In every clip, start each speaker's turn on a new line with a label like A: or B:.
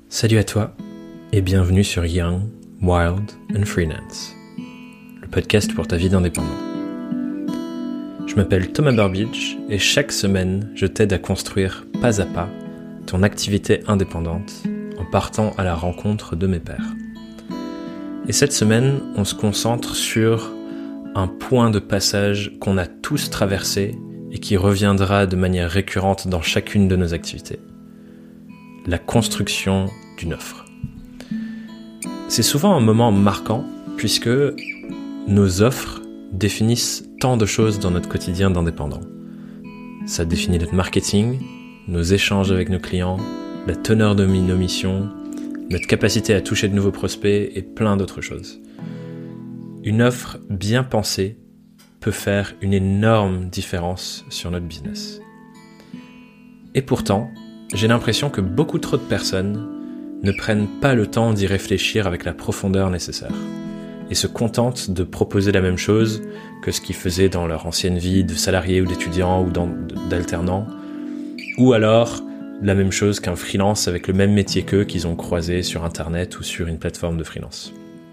A: Salut à toi et bienvenue sur Young, Wild and Freelance, le podcast pour ta vie d'indépendant. Je m'appelle Thomas Burbidge et chaque semaine, je t'aide à construire pas à pas ton activité indépendante en partant à la rencontre de mes pairs. Et cette semaine, on se concentre sur un point de passage qu'on a tous traversé et qui reviendra de manière récurrente dans chacune de nos activités. La construction d'une offre. C'est souvent un moment marquant puisque nos offres définissent tant de choses dans notre quotidien d'indépendant. Ça définit notre marketing, nos échanges avec nos clients, la teneur de nos missions, notre capacité à toucher de nouveaux prospects et plein d'autres choses. Une offre bien pensée peut faire une énorme différence sur notre business. Et pourtant, j'ai l'impression que beaucoup trop de personnes ne prennent pas le temps d'y réfléchir avec la profondeur nécessaire et se contentent de proposer la même chose que ce qu'ils faisaient dans leur ancienne vie de salarié ou d'étudiant ou d'alternant, ou alors la même chose qu'un freelance avec le même métier qu'eux qu'ils ont croisé sur internet ou sur une plateforme de freelance.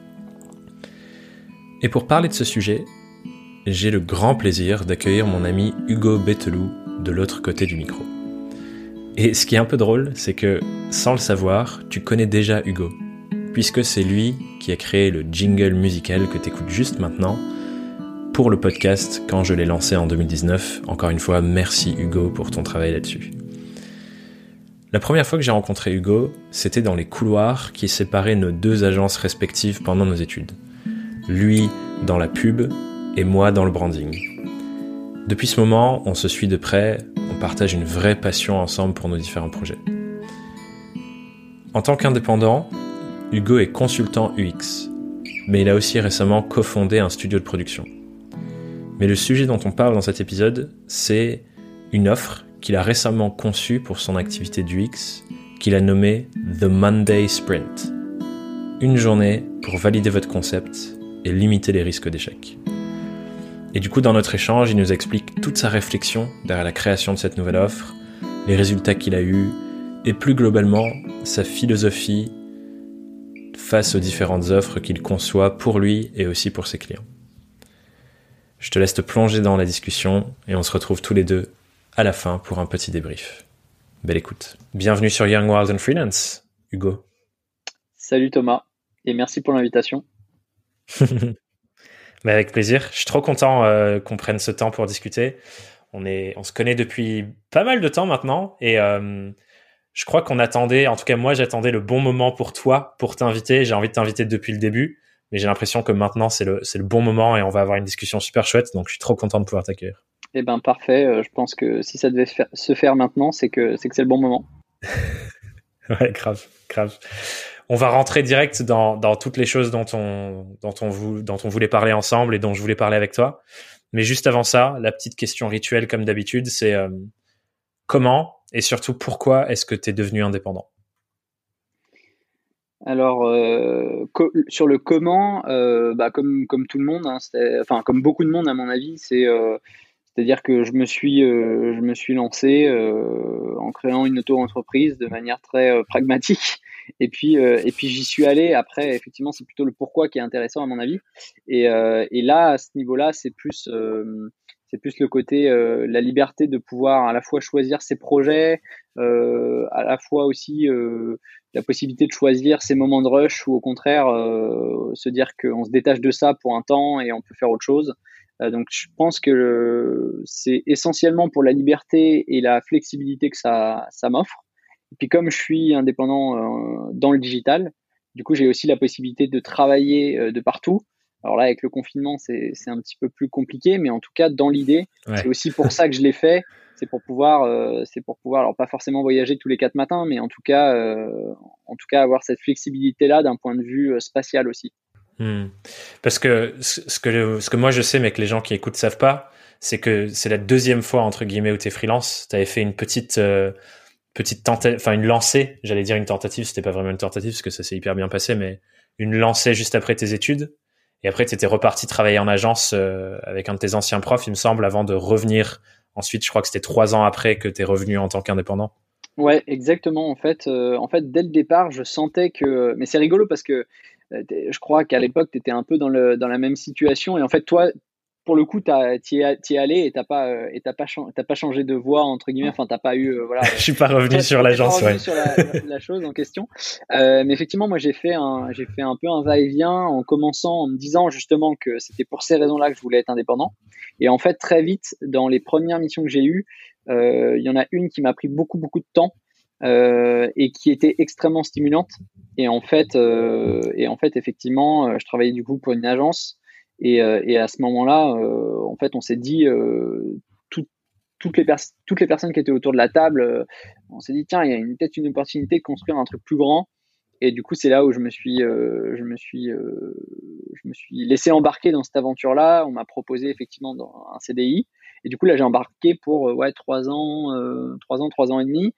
A: Et pour parler de ce sujet, j'ai le grand plaisir d'accueillir mon ami Hugo Bettelou de l'autre côté du micro. Et ce qui est un peu drôle, c'est que, sans le savoir, tu connais déjà Hugo, puisque c'est lui qui a créé le jingle musical que t'écoutes juste maintenant pour le podcast quand je l'ai lancé en 2019. Encore une fois, merci Hugo pour ton travail là-dessus. La première fois que j'ai rencontré Hugo, c'était dans les couloirs qui séparaient nos deux agences respectives pendant nos études. Lui dans la pub et moi dans le branding. Depuis ce moment, on se suit de près, on partage une vraie passion ensemble pour nos différents projets. En tant qu'indépendant, Hugo est consultant UX, mais il a aussi récemment cofondé un studio de production. Mais le sujet dont on parle dans cet épisode, c'est une offre qu'il a récemment conçue pour son activité d'UX, qu'il a nommée The Monday Sprint. Une journée pour valider votre concept et limiter les risques d'échec. Et du coup, dans notre échange, il nous explique toute sa réflexion derrière la création de cette nouvelle offre, les résultats qu'il a eus, et plus globalement, sa philosophie face aux différentes offres qu'il conçoit pour lui et aussi pour ses clients. Je te laisse te plonger dans la discussion et on se retrouve tous les deux à la fin pour un petit débrief. Belle écoute. Bienvenue sur Young, Wild and Freelance, Hugo.
B: Salut Thomas, et merci pour l'invitation.
A: Mais avec plaisir. Je suis trop content qu'on prenne ce temps pour discuter. On se connaît depuis pas mal de temps maintenant et je crois qu'on attendait, en tout cas moi j'attendais le bon moment pour toi, pour t'inviter. J'ai envie de t'inviter depuis le début, mais j'ai l'impression que maintenant c'est le bon moment et on va avoir une discussion super chouette. Donc je suis trop content de pouvoir t'accueillir.
B: Eh ben parfait. Je pense que si ça devait se faire maintenant, c'est que c'est le bon moment.
A: Ouais, grave. On va rentrer direct dans toutes les choses dont on voulait parler ensemble et dont je voulais parler avec toi. Mais juste avant ça, la petite question rituelle comme d'habitude, c'est comment et surtout pourquoi est-ce que tu es devenu indépendant ?
B: Alors, sur le comment, comme tout le monde, hein, comme beaucoup de monde à mon avis, c'est-à-dire que je me suis lancé en créant une auto-entreprise de manière très pragmatique. Et puis j'y suis allé. Après, effectivement, c'est plutôt le pourquoi qui est intéressant à mon avis. Et là, à ce niveau-là, c'est plus le côté la liberté de pouvoir à la fois choisir ses projets, à la fois aussi la possibilité de choisir ses moments de rush ou au contraire se dire qu'on se détache de ça pour un temps et on peut faire autre chose. Donc je pense que c'est essentiellement pour la liberté et la flexibilité que ça m'offre. Et puis comme je suis indépendant dans le digital, du coup j'ai aussi la possibilité de travailler de partout. Alors là avec le confinement c'est un petit peu plus compliqué, mais en tout cas dans l'idée, ouais. C'est aussi pour ça que je l'ai fait. C'est pour pouvoir alors pas forcément voyager tous les 4 matins, mais en tout cas avoir cette flexibilité là d'un point de vue spatial aussi.
A: Parce que ce que moi je sais mais que les gens qui écoutent savent pas, c'est que c'est la deuxième fois entre guillemets où t'es freelance. T'avais fait une petite une lancée, j'allais dire une tentative, c'était pas vraiment une tentative parce que ça s'est hyper bien passé, mais une lancée juste après tes études. Et après t'étais reparti travailler en agence avec un de tes anciens profs, il me semble, avant de revenir. Ensuite, je crois que c'était 3 ans après que t'es revenu en tant qu'indépendant.
B: Ouais, exactement. En fait, dès le départ, je sentais que. Mais c'est rigolo parce que je crois qu'à l'époque, tu étais un peu dans la même situation. Et en fait, toi, pour le coup, t'y es allé et t'as pas changé de voie, entre guillemets. Enfin, t'as pas eu. Voilà,
A: Je suis pas revenu sur
B: t'es pas
A: l'agence,
B: revenu
A: ouais.
B: sur la chose en question. Mais effectivement, moi, j'ai fait un peu un va-et-vient en commençant en me disant justement que c'était pour ces raisons-là que je voulais être indépendant. Et en fait, très vite, dans les premières missions que j'ai eues, il y en a une qui m'a pris beaucoup, beaucoup de temps et qui était extrêmement stimulante. Et en fait, effectivement, je travaillais du coup pour une agence. Et à ce moment-là, en fait, on s'est dit, tout- toutes les personnes qui étaient autour de la table, on s'est dit, tiens, il y a peut-être une opportunité de construire un truc plus grand. Et du coup, c'est là où je me suis laissé embarquer dans cette aventure-là. On m'a proposé effectivement un CDI. Et du coup, là, j'ai embarqué pour 3 ans et demi.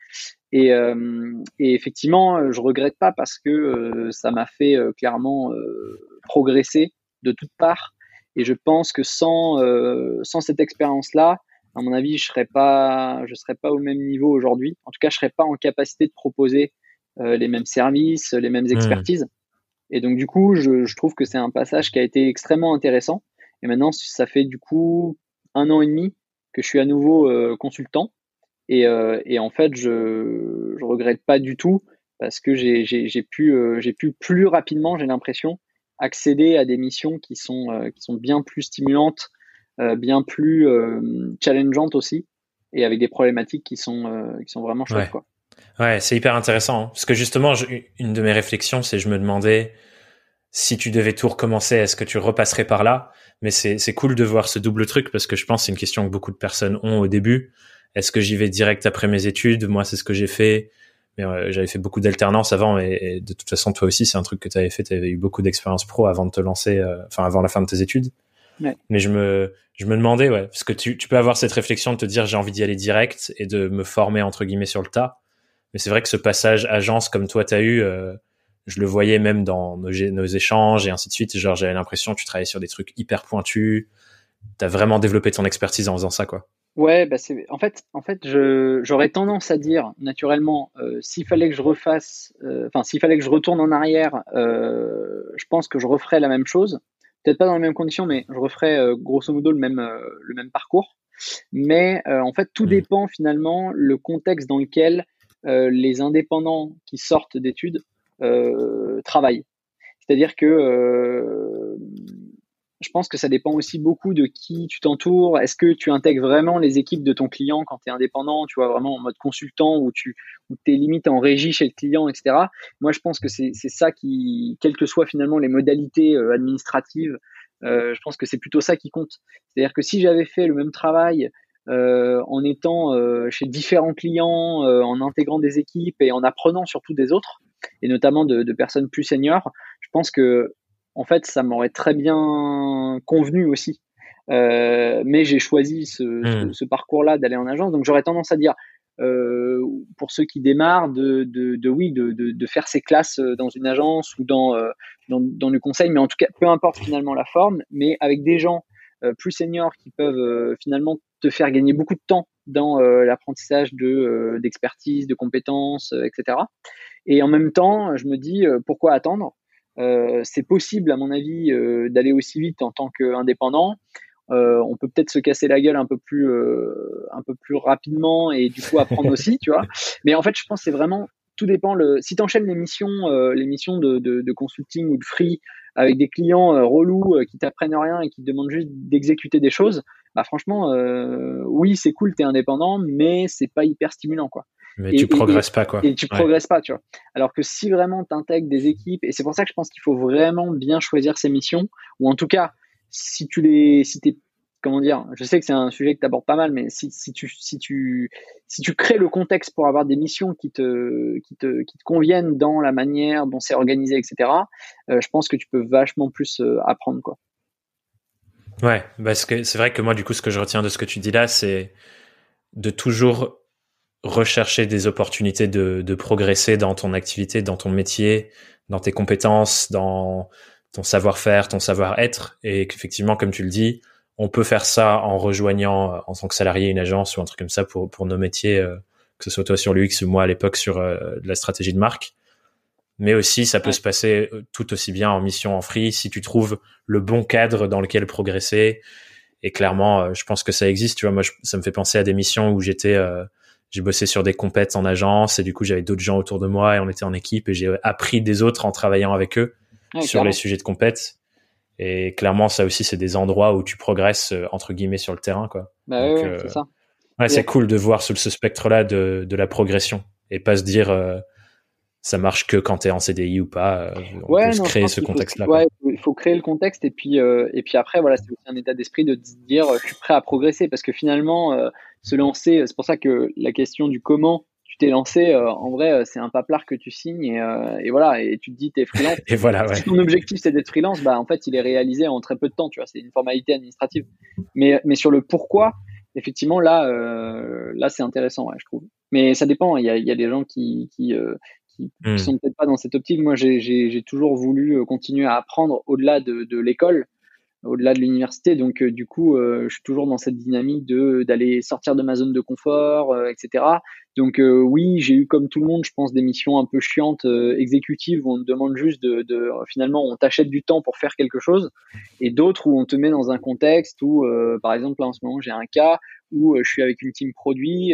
B: Et effectivement, je regrette pas parce que ça m'a fait clairement progresser de toutes parts. Et je pense que sans cette expérience-là, à mon avis, je serais pas au même niveau aujourd'hui. En tout cas, je serais pas en capacité de proposer les mêmes services, les mêmes
A: Hmm.
B: expertises. Et donc, du coup, je trouve que c'est un passage qui a été extrêmement intéressant. Et maintenant, ça fait du coup 1 an et demi que je suis à nouveau consultant. Et en fait, je regrette pas du tout parce que j'ai pu plus rapidement, j'ai l'impression, accéder à des missions qui sont bien plus stimulantes, bien plus challengeantes aussi, et avec des problématiques qui sont vraiment chouettes,
A: Ouais.
B: quoi.
A: Ouais, c'est hyper intéressant, hein. Parce que justement, une de mes réflexions, c'est je me demandais si tu devais tout recommencer, est-ce que tu repasserais par là? Mais c'est cool de voir ce double truc parce que je pense que c'est une question que beaucoup de personnes ont au début. Est-ce que j'y vais direct après mes études? Moi, c'est ce que j'ai fait. Mais j'avais fait beaucoup d'alternance avant et de toute façon, toi aussi, c'est un truc que tu avais fait. Tu avais eu beaucoup d'expérience pro avant de te lancer, enfin avant la fin de tes études.
B: Ouais.
A: Mais je me demandais, ouais, parce que tu peux avoir cette réflexion de te dire j'ai envie d'y aller direct et de me former entre guillemets sur le tas. Mais c'est vrai que ce passage agence comme toi t'as eu, je le voyais même dans nos échanges et ainsi de suite. Genre j'avais l'impression que tu travaillais sur des trucs hyper pointus. T'as vraiment développé ton expertise en faisant ça, quoi.
B: Ouais, bah j'aurais tendance à dire naturellement, s'il fallait que je refasse, enfin s'il fallait que je retourne en arrière, je pense que je referais la même chose. Peut-être pas dans les mêmes conditions, mais je referais grosso modo le même parcours. Mais en fait, tout
A: Mm.
B: dépend finalement le contexte dans lequel les indépendants qui sortent d'études travaillent. C'est-à-dire que je pense que ça dépend aussi beaucoup de qui tu t'entoures. Est-ce que tu intègres vraiment les équipes de ton client quand tu es indépendant, tu vois, vraiment en mode consultant où tu es limite en régie chez le client, etc. Moi, je pense que c'est ça qui, quelles que soient finalement les modalités administratives, je pense que c'est plutôt ça qui compte. C'est-à-dire que si j'avais fait le même travail en étant chez différents clients, en intégrant des équipes et en apprenant surtout des autres, et notamment de personnes plus seniors, je pense que en fait, ça m'aurait très bien convenu aussi. Mais j'ai choisi
A: Mm.
B: ce parcours-là d'aller en agence. Donc j'aurais tendance à dire, pour ceux qui démarrent, de faire ses classes dans une agence ou dans le conseil, mais en tout cas, peu importe finalement la forme, mais avec des gens plus seniors qui peuvent finalement te faire gagner beaucoup de temps dans l'apprentissage d'expertise, de compétences, etc. Et en même temps, je me dis, pourquoi attendre? C'est possible, à mon avis, d'aller aussi vite en tant qu'indépendant. On peut peut-être se casser la gueule un peu plus rapidement et du coup apprendre aussi, tu vois. Mais en fait, je pense que c'est vraiment tout dépend. Si tu enchaînes les missions de consulting ou de free avec des clients relous qui t'apprennent rien et qui te demandent juste d'exécuter des choses, bah franchement, oui, c'est cool, t'es indépendant, mais c'est pas hyper stimulant, quoi.
A: Mais
B: Et,
A: tu
B: et, et,
A: progresses pas, quoi.
B: et tu
A: Ouais.
B: progresses pas, tu vois. Alors que si vraiment tu intègres des équipes, et c'est pour ça que je pense qu'il faut vraiment bien choisir ses missions, ou en tout cas, si t'es, comment dire, je sais que c'est un sujet que tu abordes pas mal, mais si tu crées le contexte pour avoir des missions qui te conviennent dans la manière dont c'est organisé, etc., je pense que tu peux vachement plus apprendre, quoi.
A: Ouais, parce que c'est vrai que moi, du coup, ce que je retiens de ce que tu dis là, c'est de toujours rechercher des opportunités de progresser dans ton activité, dans ton métier, dans tes compétences, dans ton savoir-faire, ton savoir-être. Et qu'effectivement, comme tu le dis, on peut faire ça en rejoignant en tant que salarié une agence ou un truc comme ça pour nos métiers que ce soit toi sur l'UX ou moi à l'époque sur de la stratégie de marque. Mais aussi, ça peut se passer tout aussi bien en mission en free si tu trouves le bon cadre dans lequel progresser. Et clairement, je pense que ça existe. Tu vois, moi, ça me fait penser à des missions où j'ai bossé sur des compètes en agence et du coup, j'avais d'autres gens autour de moi et on était en équipe et j'ai appris des autres en travaillant avec eux sur les sujets de compètes. Et clairement, ça aussi, c'est des endroits où tu progresses entre guillemets sur le terrain, quoi.
B: Bah,
A: Donc,
B: c'est ça.
A: Ouais, c'est cool de voir sous ce spectre-là de la progression et pas se dire ça marche que quand t'es en CDI ou pas. On peut se créer ce contexte-là.
B: Ouais, il faut créer le contexte et puis après voilà, c'est aussi un état d'esprit de se dire je suis prêt à progresser parce que finalement se lancer, c'est pour ça que la question du comment tu t'es lancé, en vrai c'est un paplard que tu signes et voilà et tu te dis t'es freelance.
A: Et voilà, ouais.
B: Si ton objectif c'est d'être freelance, bah en fait il est réalisé en très peu de temps, tu vois, c'est une formalité administrative. Mais sur le pourquoi, effectivement là c'est intéressant, ouais, je trouve. Mais ça dépend, il y a des gens qui sont peut-être pas dans cette optique. Moi, j'ai toujours voulu continuer à apprendre au-delà de l'école, au-delà de l'université. Donc, du coup, je suis toujours dans cette dynamique d'aller sortir de ma zone de confort, etc. Donc, oui, j'ai eu comme tout le monde, je pense, des missions un peu chiantes, exécutives, où on te demande juste finalement, on t'achète du temps pour faire quelque chose, et d'autres où on te met dans un contexte où, par exemple, là, en ce moment, j'ai un cas où je suis avec une team produit,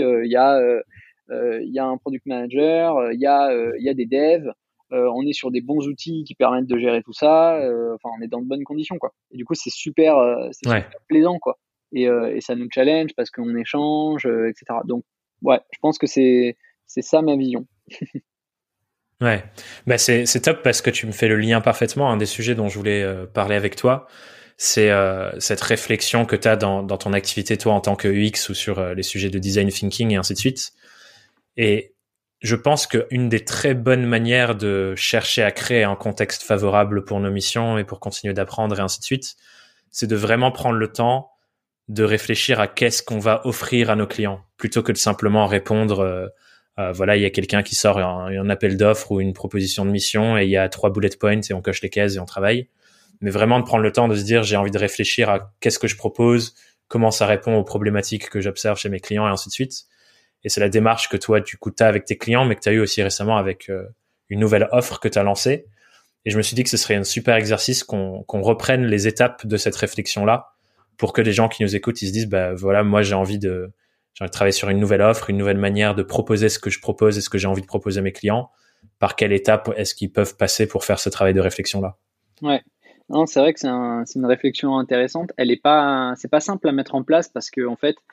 B: il y a un product manager, il y a des devs, on est sur des bons outils qui permettent de gérer tout ça, enfin on est dans de bonnes conditions quoi. Et du coup c'est super plaisant quoi. Et ça nous challenge parce qu'on échange, etc. Donc ouais, je pense que c'est ça ma vision.
A: Ouais, bah c'est top parce que tu me fais le lien parfaitement. Un des sujets dont je voulais parler avec toi, c'est cette réflexion que tu as dans ton activité toi en tant que UX ou sur les sujets de design thinking et ainsi de suite. Et je pense qu'une des très bonnes manières de chercher à créer un contexte favorable pour nos missions et pour continuer d'apprendre et ainsi de suite, c'est de vraiment prendre le temps de réfléchir à qu'est-ce qu'on va offrir à nos clients plutôt que de simplement répondre voilà, il y a quelqu'un qui sort un appel d'offres ou une proposition de mission et il y a 3 bullet points et on coche les cases et on travaille. Mais vraiment de prendre le temps de se dire j'ai envie de réfléchir à qu'est-ce que je propose, comment ça répond aux problématiques que j'observe chez mes clients et ainsi de suite. Et c'est la démarche que toi, du coup, t'as avec tes clients, mais que t'as eu aussi récemment avec une nouvelle offre que t'as lancée. Et je me suis dit que ce serait un super exercice qu'on reprenne les étapes de cette réflexion-là pour que les gens qui nous écoutent, ils se disent, bah voilà, moi j'ai envie de travailler sur une nouvelle offre, une nouvelle manière de proposer ce que je propose et ce que j'ai envie de proposer à mes clients. Par quelle étape est-ce qu'ils peuvent passer pour faire ce travail de réflexion-là?
B: Ouais. Non, c'est vrai que c'est une réflexion intéressante. C'est pas simple à mettre en place parce que en fait,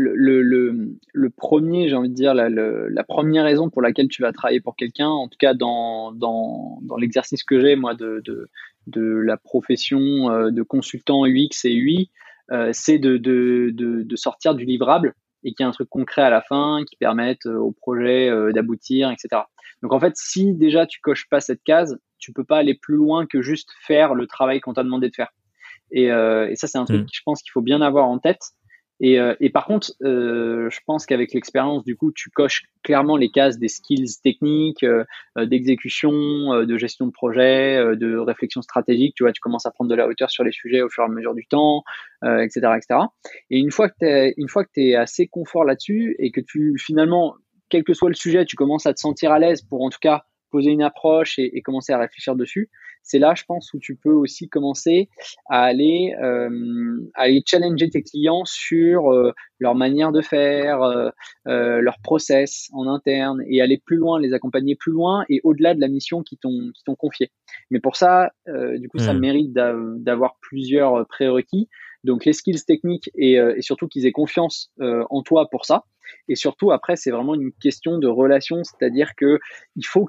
B: le premier, j'ai envie de dire, la première raison pour laquelle tu vas travailler pour quelqu'un, en tout cas dans l'exercice que j'ai moi de la profession de consultant UX et UI, c'est de sortir du livrable et qu'il y ait un truc concret à la fin qui permette au projet d'aboutir, etc. Donc en fait, si déjà tu coches pas cette case, tu peux pas aller plus loin que juste faire le travail qu'on t'a demandé de faire. Et ça, c'est un truc que je pense qu'il faut bien avoir en tête. Et par contre, je pense qu'avec l'expérience, du coup, tu coches clairement les cases des skills techniques, d'exécution, de gestion de projet, de réflexion stratégique. Tu vois, tu commences à prendre de la hauteur sur les sujets au fur et à mesure du temps, etc., etc. Et une fois que t'es assez confort là-dessus et que tu finalement, quel que soit le sujet, tu commences à te sentir à l'aise pour en tout cas poser une approche et commencer à réfléchir dessus, c'est là, je pense, où tu peux aussi commencer à aller challenger tes clients sur leur manière de faire, leur process en interne et aller plus loin, les accompagner plus loin et au-delà de la mission qu'ils t'ont confiée. Mais pour ça, du coup, ça mérite d'avoir plusieurs prérequis. Donc les skills techniques et surtout qu'ils aient confiance en toi pour ça. Et surtout après c'est vraiment une question de relation, c'est-à-dire que il faut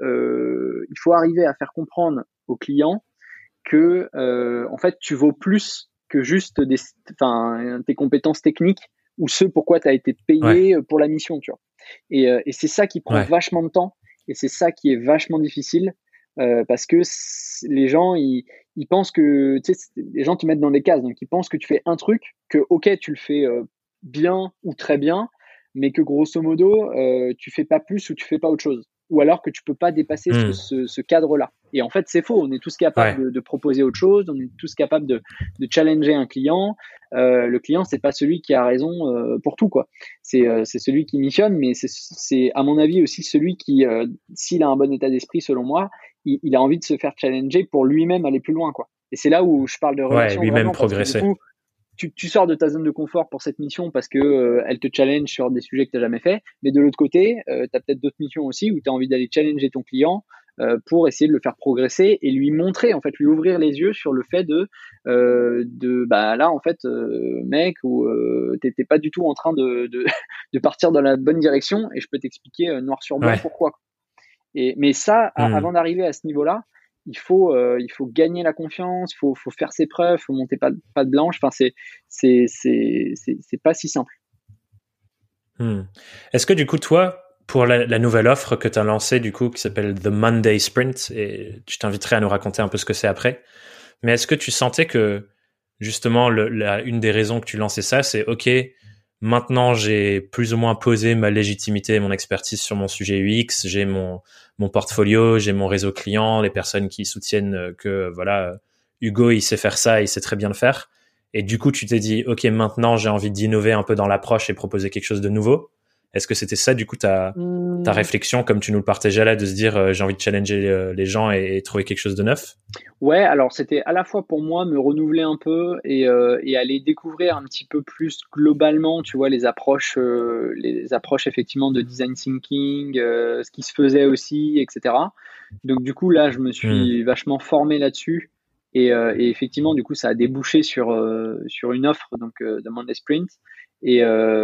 B: arriver à faire comprendre aux clients que en fait tu vaux plus que juste tes compétences techniques ou ce pourquoi tu as été payé pour la mission, tu vois. Et c'est ça qui prend vachement de temps et c'est ça qui est vachement difficile parce que les gens ils pensent que tu sais les gens te mettent dans des cases, donc ils pensent que tu fais un truc, que ok tu le fais bien ou très bien, mais que grosso modo tu fais pas plus ou tu fais pas autre chose, ou alors que tu peux pas dépasser ce cadre-là. Et en fait, c'est faux. On est tous capables de proposer autre chose. On est tous capables de challenger un client. Le client, c'est pas celui qui a raison pour tout, quoi. C'est celui qui missionne, mais c'est à mon avis aussi celui qui, s'il a un bon état d'esprit, selon moi, il a envie de se faire challenger pour lui-même aller plus loin, quoi. Et c'est là où je parle de relation,
A: lui-même
B: vraiment,
A: progresser.
B: Parce que, du coup, tu sors de ta zone de confort pour cette mission parce que elle te challenge sur des sujets que tu n'as jamais fait. Mais de l'autre côté, tu as peut-être d'autres missions aussi où tu as envie d'aller challenger ton client pour essayer de le faire progresser et lui montrer, en fait, lui ouvrir les yeux sur le fait bah là, en fait, mec, ou t'étais pas du tout en train de partir dans la bonne direction et je peux t'expliquer noir sur blanc pourquoi. Mais ça, avant d'arriver à ce niveau-là, il faut gagner la confiance, faut faire ses preuves, faut monter pas de blanche. Enfin, c'est pas si simple.
A: Est-ce que du coup, toi, pour la nouvelle offre que tu as lancée, du coup, qui s'appelle The Monday Sprint, et je t'inviterai à nous raconter un peu ce que c'est après, mais est-ce que tu sentais que, justement, une des raisons que tu lançais ça, c'est OK, maintenant j'ai plus ou moins posé ma légitimité et mon expertise sur mon sujet UX, j'ai mon portfolio, j'ai mon réseau client, les personnes qui soutiennent que, voilà, Hugo, il sait faire ça, il sait très bien le faire. Et du coup, tu t'es dit, OK, maintenant, j'ai envie d'innover un peu dans l'approche et proposer quelque chose de nouveau. Est-ce que c'était ça, du coup, ta réflexion, comme tu nous le partageais là, de se dire, j'ai envie de challenger les gens et trouver quelque chose de neuf?
B: Ouais, alors c'était à la fois pour moi me renouveler un peu et aller découvrir un petit peu plus globalement, tu vois, les approches effectivement de design thinking, ce qui se faisait aussi, etc. Donc du coup, là, je me suis vachement formé là-dessus. Et effectivement, du coup, ça a débouché sur une offre, donc de Monday Sprint. Et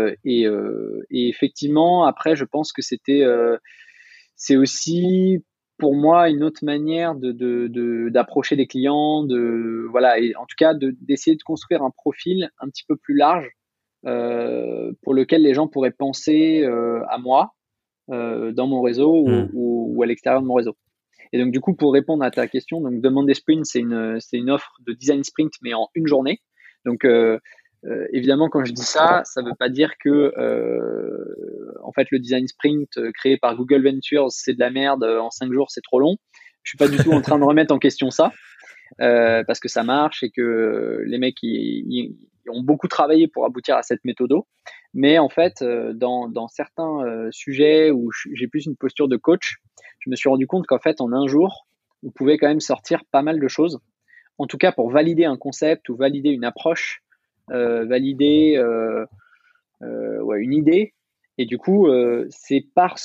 B: effectivement, après, je pense que c'est aussi pour moi une autre manière d'approcher des clients, voilà, et en tout cas d'essayer de construire un profil un petit peu plus large pour lequel les gens pourraient penser à moi dans mon réseau ou à l'extérieur de mon réseau. Et donc, du coup, pour répondre à ta question, donc Monday Sprint, c'est une offre de design sprint, mais en une journée. Donc, évidemment, quand je dis ça, ça veut pas dire que, en fait, le design sprint créé par Google Ventures, c'est de la merde, en 5 jours, c'est trop long. Je suis pas du tout en train de remettre en question ça, parce que ça marche et que les mecs, ils ont beaucoup travaillé pour aboutir à cette méthode. Mais en fait, dans certains sujets où j'ai plus une posture de coach, je me suis rendu compte qu'en fait, en un jour, on pouvait quand même sortir pas mal de choses. En tout cas, pour valider un concept ou valider une approche, valider une idée. Et du coup, c'est par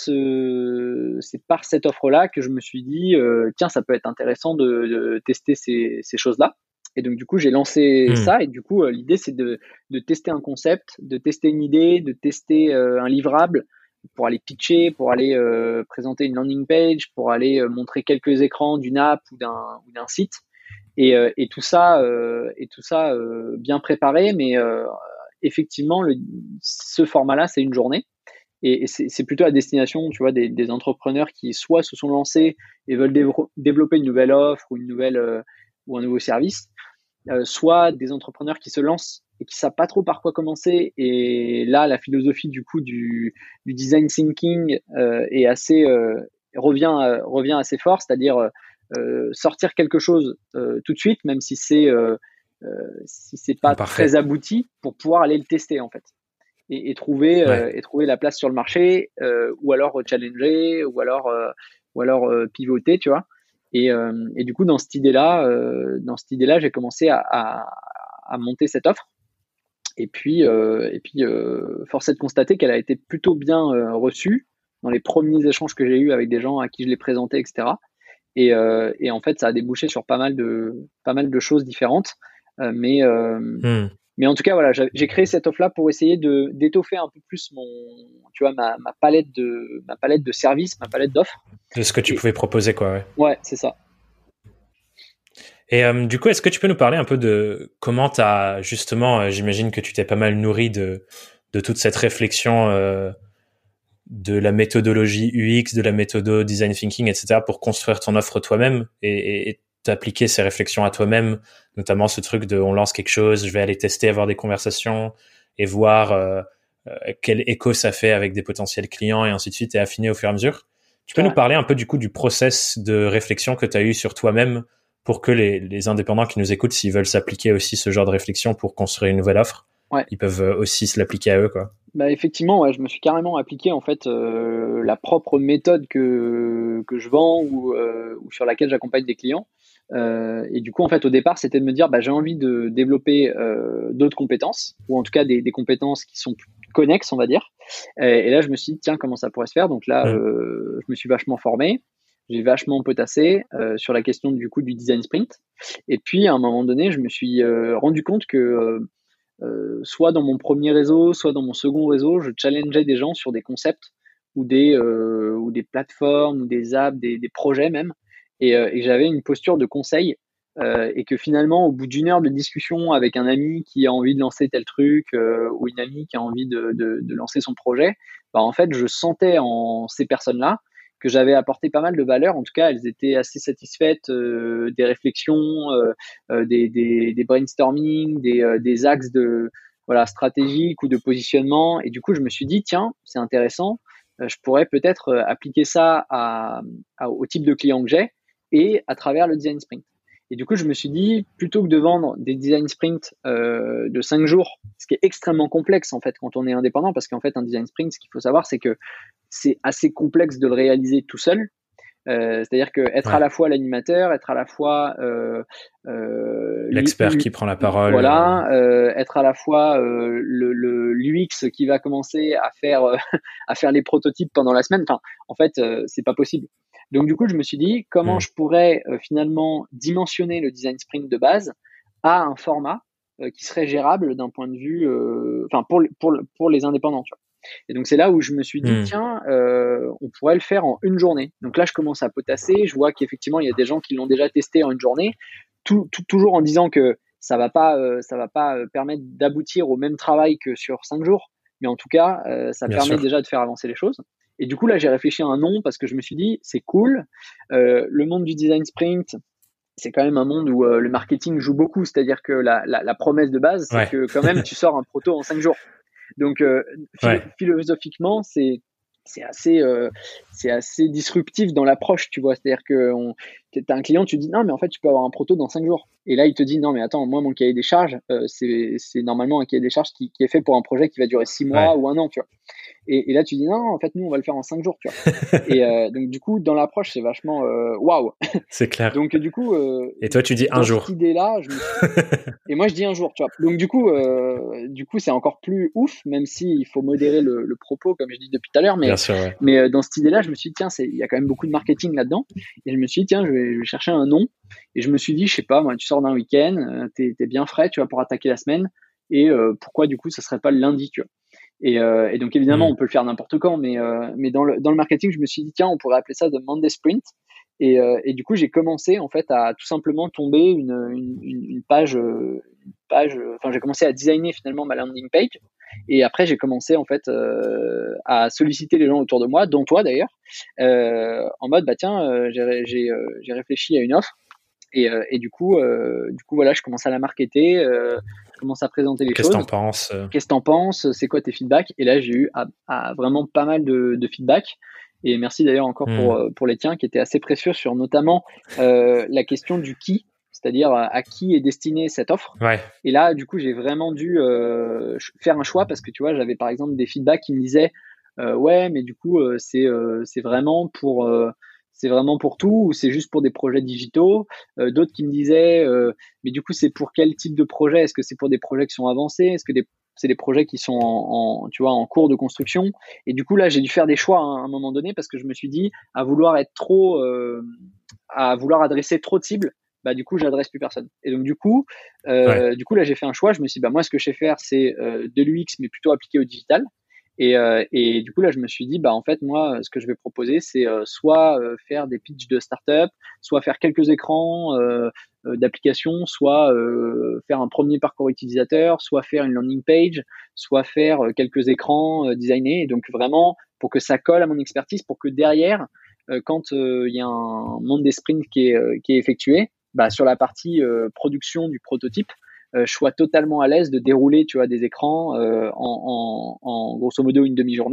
B: cette offre-là que je me suis dit, tiens, ça peut être intéressant de tester ces choses-là. Et donc, du coup, j'ai lancé ça. Et du coup, l'idée, c'est de tester un concept, de tester une idée, de tester un livrable pour aller pitcher, pour aller présenter une landing page, pour aller montrer quelques écrans d'une app ou d'un site. Et tout ça bien préparé. Mais effectivement, ce format-là, c'est une journée. Et c'est plutôt à destination, tu vois, des entrepreneurs qui soit se sont lancés et veulent développer une nouvelle offre ou ou un nouveau service, soit des entrepreneurs qui se lancent et qui savent pas trop par quoi commencer. Et là, la philosophie du coup du design thinking est revient assez fort, c'est-à-dire sortir quelque chose tout de suite, même si c'est pas très abouti, pour pouvoir aller le tester en fait. Et trouver la place sur le marché, ou alors challenger, ou alors pivoter, tu vois. Et du coup, dans cette idée-là, j'ai commencé à monter cette offre. Et puis, force est de constater qu'elle a été plutôt bien reçue dans les premiers échanges que j'ai eus avec des gens à qui je l'ai présenté, etc. Et en fait, ça a débouché sur pas mal de choses différentes. Mais en tout cas, voilà, j'ai créé cette offre-là pour essayer d'étoffer un peu plus ma palette de services, ma palette d'offres.
A: De ce que tu pouvais proposer, quoi.
B: Ouais, c'est ça.
A: Et du coup, est-ce que tu peux nous parler un peu de comment tu as justement, j'imagine que tu t'es pas mal nourri de toute cette réflexion de la méthodologie UX, de la méthode design thinking, etc., pour construire ton offre toi-même et t'appliquer ces réflexions à toi-même, notamment ce truc de on lance quelque chose, je vais aller tester, avoir des conversations et voir quel écho ça fait avec des potentiels clients et ainsi de suite, et affiner au fur et à mesure. Tu peux nous parler un peu du coup du process de réflexion que tu as eu sur toi-même pour que les indépendants qui nous écoutent, s'ils veulent s'appliquer aussi ce genre de réflexion pour construire une nouvelle offre, ils peuvent aussi se l'appliquer à eux, quoi.
B: Bah effectivement, ouais, je me suis carrément appliqué en fait la propre méthode que je vends ou sur laquelle j'accompagne des clients. Et du coup, en fait, au départ, c'était de me dire, bah, j'ai envie de développer d'autres compétences, ou en tout cas des compétences qui sont plus connexes, on va dire. Et là, je me suis dit, tiens, comment ça pourrait se faire? Donc là, je me suis vachement formé, j'ai vachement potassé sur la question du coup du design sprint. Et puis, à un moment donné, je me suis rendu compte que soit dans mon premier réseau, soit dans mon second réseau, je challengeais des gens sur des concepts ou des plateformes ou des apps, des projets même, et j'avais une posture de conseil, et que finalement, au bout d'une heure de discussion avec un ami qui a envie de lancer tel truc ou une amie qui a envie de lancer son projet, bah, en fait, je sentais en ces personnes-là que j'avais apporté pas mal de valeur. En tout cas, elles étaient assez satisfaites des réflexions, des brainstorming, des axes de voilà stratégiques ou de positionnement. Et du coup, je me suis dit tiens, c'est intéressant. Je pourrais peut-être appliquer ça au type de client que j'ai et à travers le design sprint. Et du coup, je me suis dit, plutôt que de vendre des design sprints de 5 jours, ce qui est extrêmement complexe en fait quand on est indépendant, parce qu'en fait, un design sprint, ce qu'il faut savoir, c'est que c'est assez complexe de le réaliser tout seul. C'est-à-dire que être à la fois l'animateur, être à la fois
A: l'expert qui prend la parole,
B: voilà, être à la fois l'UX qui va commencer à faire à faire les prototypes pendant la semaine. Enfin, en fait, c'est pas possible. Donc du coup, je me suis dit comment je pourrais finalement dimensionner le design sprint de base à un format qui serait gérable d'un point de vue, enfin pour les indépendants. Tu vois. Et donc c'est là où je me suis dit tiens, on pourrait le faire en une journée. Donc là, je commence à potasser. Je vois qu'effectivement, il y a des gens qui l'ont déjà testé en une journée, toujours en disant que ça va pas permettre d'aboutir au même travail que sur 5 jours, mais en tout cas, ça
A: Bien
B: permet
A: sûr.
B: déjà de faire avancer les choses. Et du coup, là, j'ai réfléchi à un nom parce que je me suis dit, c'est cool. Le monde du design sprint, c'est quand même un monde où le marketing joue beaucoup. C'est-à-dire que la promesse de base, c'est que quand même, tu sors un proto en 5 jours. Donc, philosophiquement, c'est assez disruptif dans l'approche, tu vois. C'est-à-dire que t'as un client, tu dis non, mais en fait, tu peux avoir un proto dans 5 jours. Et là, il te dit non, mais attends, moi, mon cahier des charges, c'est normalement un cahier des charges qui est fait pour un projet qui va durer 6 mois ou un an, tu vois. Et là, tu dis non, en fait, nous, on va le faire en 5 jours, tu vois. Et donc, du coup, dans l'approche, c'est vachement waouh.
A: C'est clair.
B: Donc, du coup.
A: Et toi, tu dis un jour.
B: Cette idée-là, et moi, je dis un jour, tu vois. Donc, du coup, c'est encore plus ouf, même s'il faut modérer le propos, comme je dis depuis tout à l'heure. Mais,
A: bien sûr, ouais.
B: Mais dans cette idée-là, je me suis dit, tiens, il y a quand même beaucoup de marketing là-dedans. Et je me suis dit, tiens, je vais chercher un nom. Et je me suis dit, je sais pas, moi, tu sors d'un week-end, t'es bien frais, tu vas pour attaquer la semaine. Et pourquoi, du coup, ça serait pas le lundi, tu vois. Et donc, évidemment, on peut le faire n'importe quand. Mais dans le marketing, je me suis dit, tiens, on pourrait appeler ça The Monday Sprint. Et du coup, j'ai commencé en fait à tout simplement tomber une page, enfin, j'ai commencé à designer finalement ma landing page. Et après, j'ai commencé en fait à solliciter les gens autour de moi, dont toi d'ailleurs, en mode bah tiens, j'ai réfléchi à une offre. Et du coup, voilà, je commence à la marketer, je commence à présenter les choses.
A: Qu'est-ce que t'en penses
B: Qu'est-ce que t'en penses? C'est quoi tes feedbacks? Et là, j'ai eu vraiment pas mal de feedbacks. Et merci d'ailleurs encore pour les tiens qui étaient assez précieux sur notamment la question du qui, c'est-à-dire à qui est destinée cette offre.
A: Ouais.
B: Et là, du coup, j'ai vraiment dû faire un choix parce que tu vois, j'avais par exemple des feedbacks qui me disaient ouais, mais du coup, c'est vraiment pour tout ou c'est juste pour des projets digitaux. D'autres qui me disaient mais du coup, c'est pour quel type de projet? Est-ce que c'est pour des projets qui sont avancés? Est-ce que c'est des projets qui sont tu vois, en cours de construction. Et du coup, là, j'ai dû faire des choix à un moment donné parce que je me suis dit, à vouloir adresser trop de cibles, bah, du coup, j'adresse plus personne. Et donc, du coup, là, j'ai fait un choix. Je me suis dit, bah, moi, ce que je sais faire, c'est de l'UX, mais plutôt appliqué au digital. Et du coup, là, je me suis dit, bah, en fait, moi, ce que je vais proposer, c'est soit faire des pitchs de start-up, soit faire quelques écrans d'application, soit faire un premier parcours utilisateur, soit faire une landing page, soit faire quelques écrans designés. Et donc, vraiment, pour que ça colle à mon expertise, pour que derrière, quand il y a un monde des sprints qui est effectué, bah, sur la partie production du prototype, je sois totalement à l'aise de dérouler, tu vois, des écrans en grosso modo une demi-journée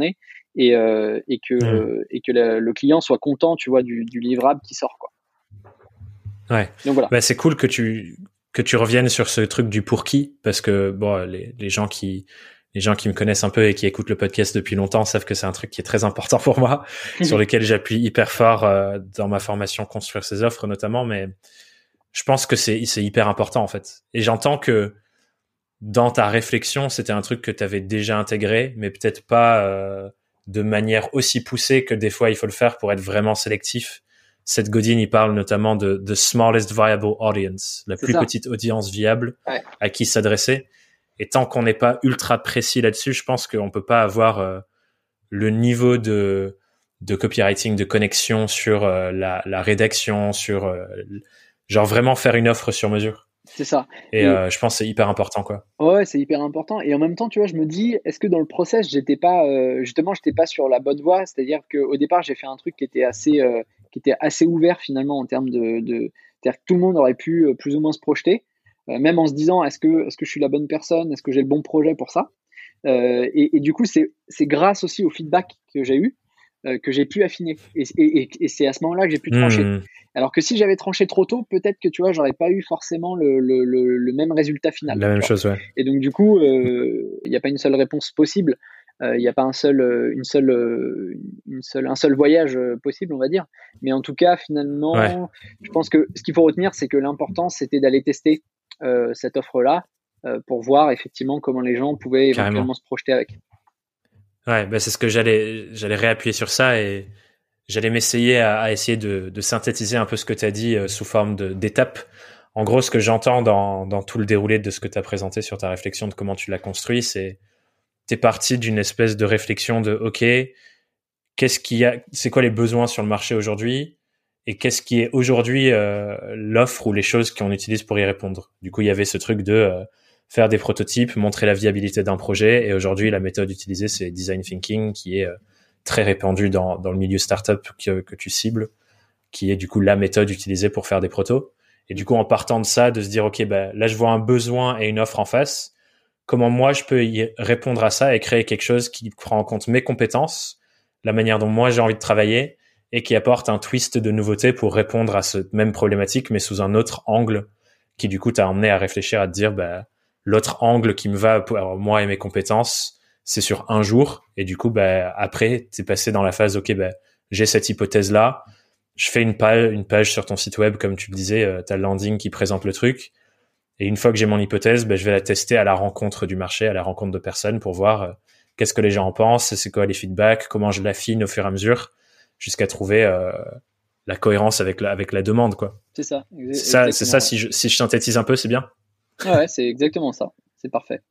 B: et que le client soit content, tu vois, du livrable qui sort, quoi.
A: Ouais.
B: Donc voilà.
A: Bah, c'est cool que tu reviennes sur ce truc du pour qui, parce que bon, les gens qui me connaissent un peu et qui écoutent le podcast depuis longtemps savent que c'est un truc qui est très important pour moi, sur lequel j'appuie hyper fort dans ma formation Construire ses offres notamment, mais je pense que c'est hyper important en fait. Et j'entends que dans ta réflexion, c'était un truc que tu avais déjà intégré, mais peut-être pas de manière aussi poussée que des fois il faut le faire pour être vraiment sélectif. Seth Godin, il parle notamment de the smallest viable audience, la plus petite audience viable à qui s'adresser. Et tant qu'on n'est pas ultra précis là-dessus, je pense qu'on peut pas avoir le niveau de copywriting, de connexion sur la rédaction, sur genre vraiment faire une offre sur mesure.
B: C'est ça.
A: Et je pense que c'est hyper important, quoi.
B: Ouais, c'est hyper important. Et en même temps, tu vois, je me dis, est-ce que dans le process, j'étais pas sur la bonne voie. C'est-à-dire qu'au départ, j'ai fait un truc qui était assez ouvert finalement en termes c'est-à-dire que tout le monde aurait pu plus ou moins se projeter, même en se disant, est-ce que je suis la bonne personne, est-ce que j'ai le bon projet pour ça. Et du coup, c'est grâce aussi au feedback que j'ai eu que j'ai pu affiner. Et c'est à ce moment-là que j'ai pu trancher. Alors que si j'avais tranché trop tôt, peut-être que tu vois, j'aurais pas eu forcément le même résultat final.
A: La même chose, ouais.
B: Et donc du coup, il n'y a pas une seule réponse possible. Il n'y a pas un seul voyage possible, on va dire. Mais en tout cas, finalement, je pense que ce qu'il faut retenir, c'est que l'important, c'était d'aller tester cette offre-là pour voir effectivement comment les gens pouvaient éventuellement se projeter avec.
A: Ouais, bah c'est ce que j'allais réappuyer sur ça et j'allais m'essayer à essayer de synthétiser un peu ce que tu as dit sous forme d'étapes. En gros, ce que j'entends dans tout le déroulé de ce que tu as présenté sur ta réflexion de comment tu l'as construit, c'est t'es parti d'une espèce de réflexion de OK, c'est quoi les besoins sur le marché aujourd'hui et qu'est-ce qui est aujourd'hui l'offre ou les choses qu'on utilise pour y répondre. Du coup, il y avait ce truc de faire des prototypes, montrer la viabilité d'un projet. Et aujourd'hui, la méthode utilisée, c'est design thinking, qui est très répandue dans le milieu startup que tu cibles, qui est du coup la méthode utilisée pour faire des protos. Et du coup, en partant de ça, de se dire, OK, bah, là, je vois un besoin et une offre en face. Comment moi, je peux y répondre à ça et créer quelque chose qui prend en compte mes compétences, la manière dont moi, j'ai envie de travailler et qui apporte un twist de nouveauté pour répondre à cette même problématique, mais sous un autre angle qui, du coup, t'a emmené à réfléchir, à te dire, bah, l'autre angle qui me va pour moi et mes compétences, c'est sur un jour. Et du coup, bah, après, t'es passé dans la phase, OK, bah, j'ai cette hypothèse-là. Je fais une page sur ton site web, comme tu le disais, t'as le landing qui présente le truc. Et une fois que j'ai mon hypothèse, bah, je vais la tester à la rencontre du marché, à la rencontre de personnes pour voir qu'est-ce que les gens en pensent, c'est quoi les feedbacks, comment je l'affine au fur et à mesure jusqu'à trouver la cohérence avec la demande, quoi.
B: C'est ça.
A: C'est ça. Si je synthétise un peu, c'est bien.
B: Ouais, c'est exactement ça. C'est parfait.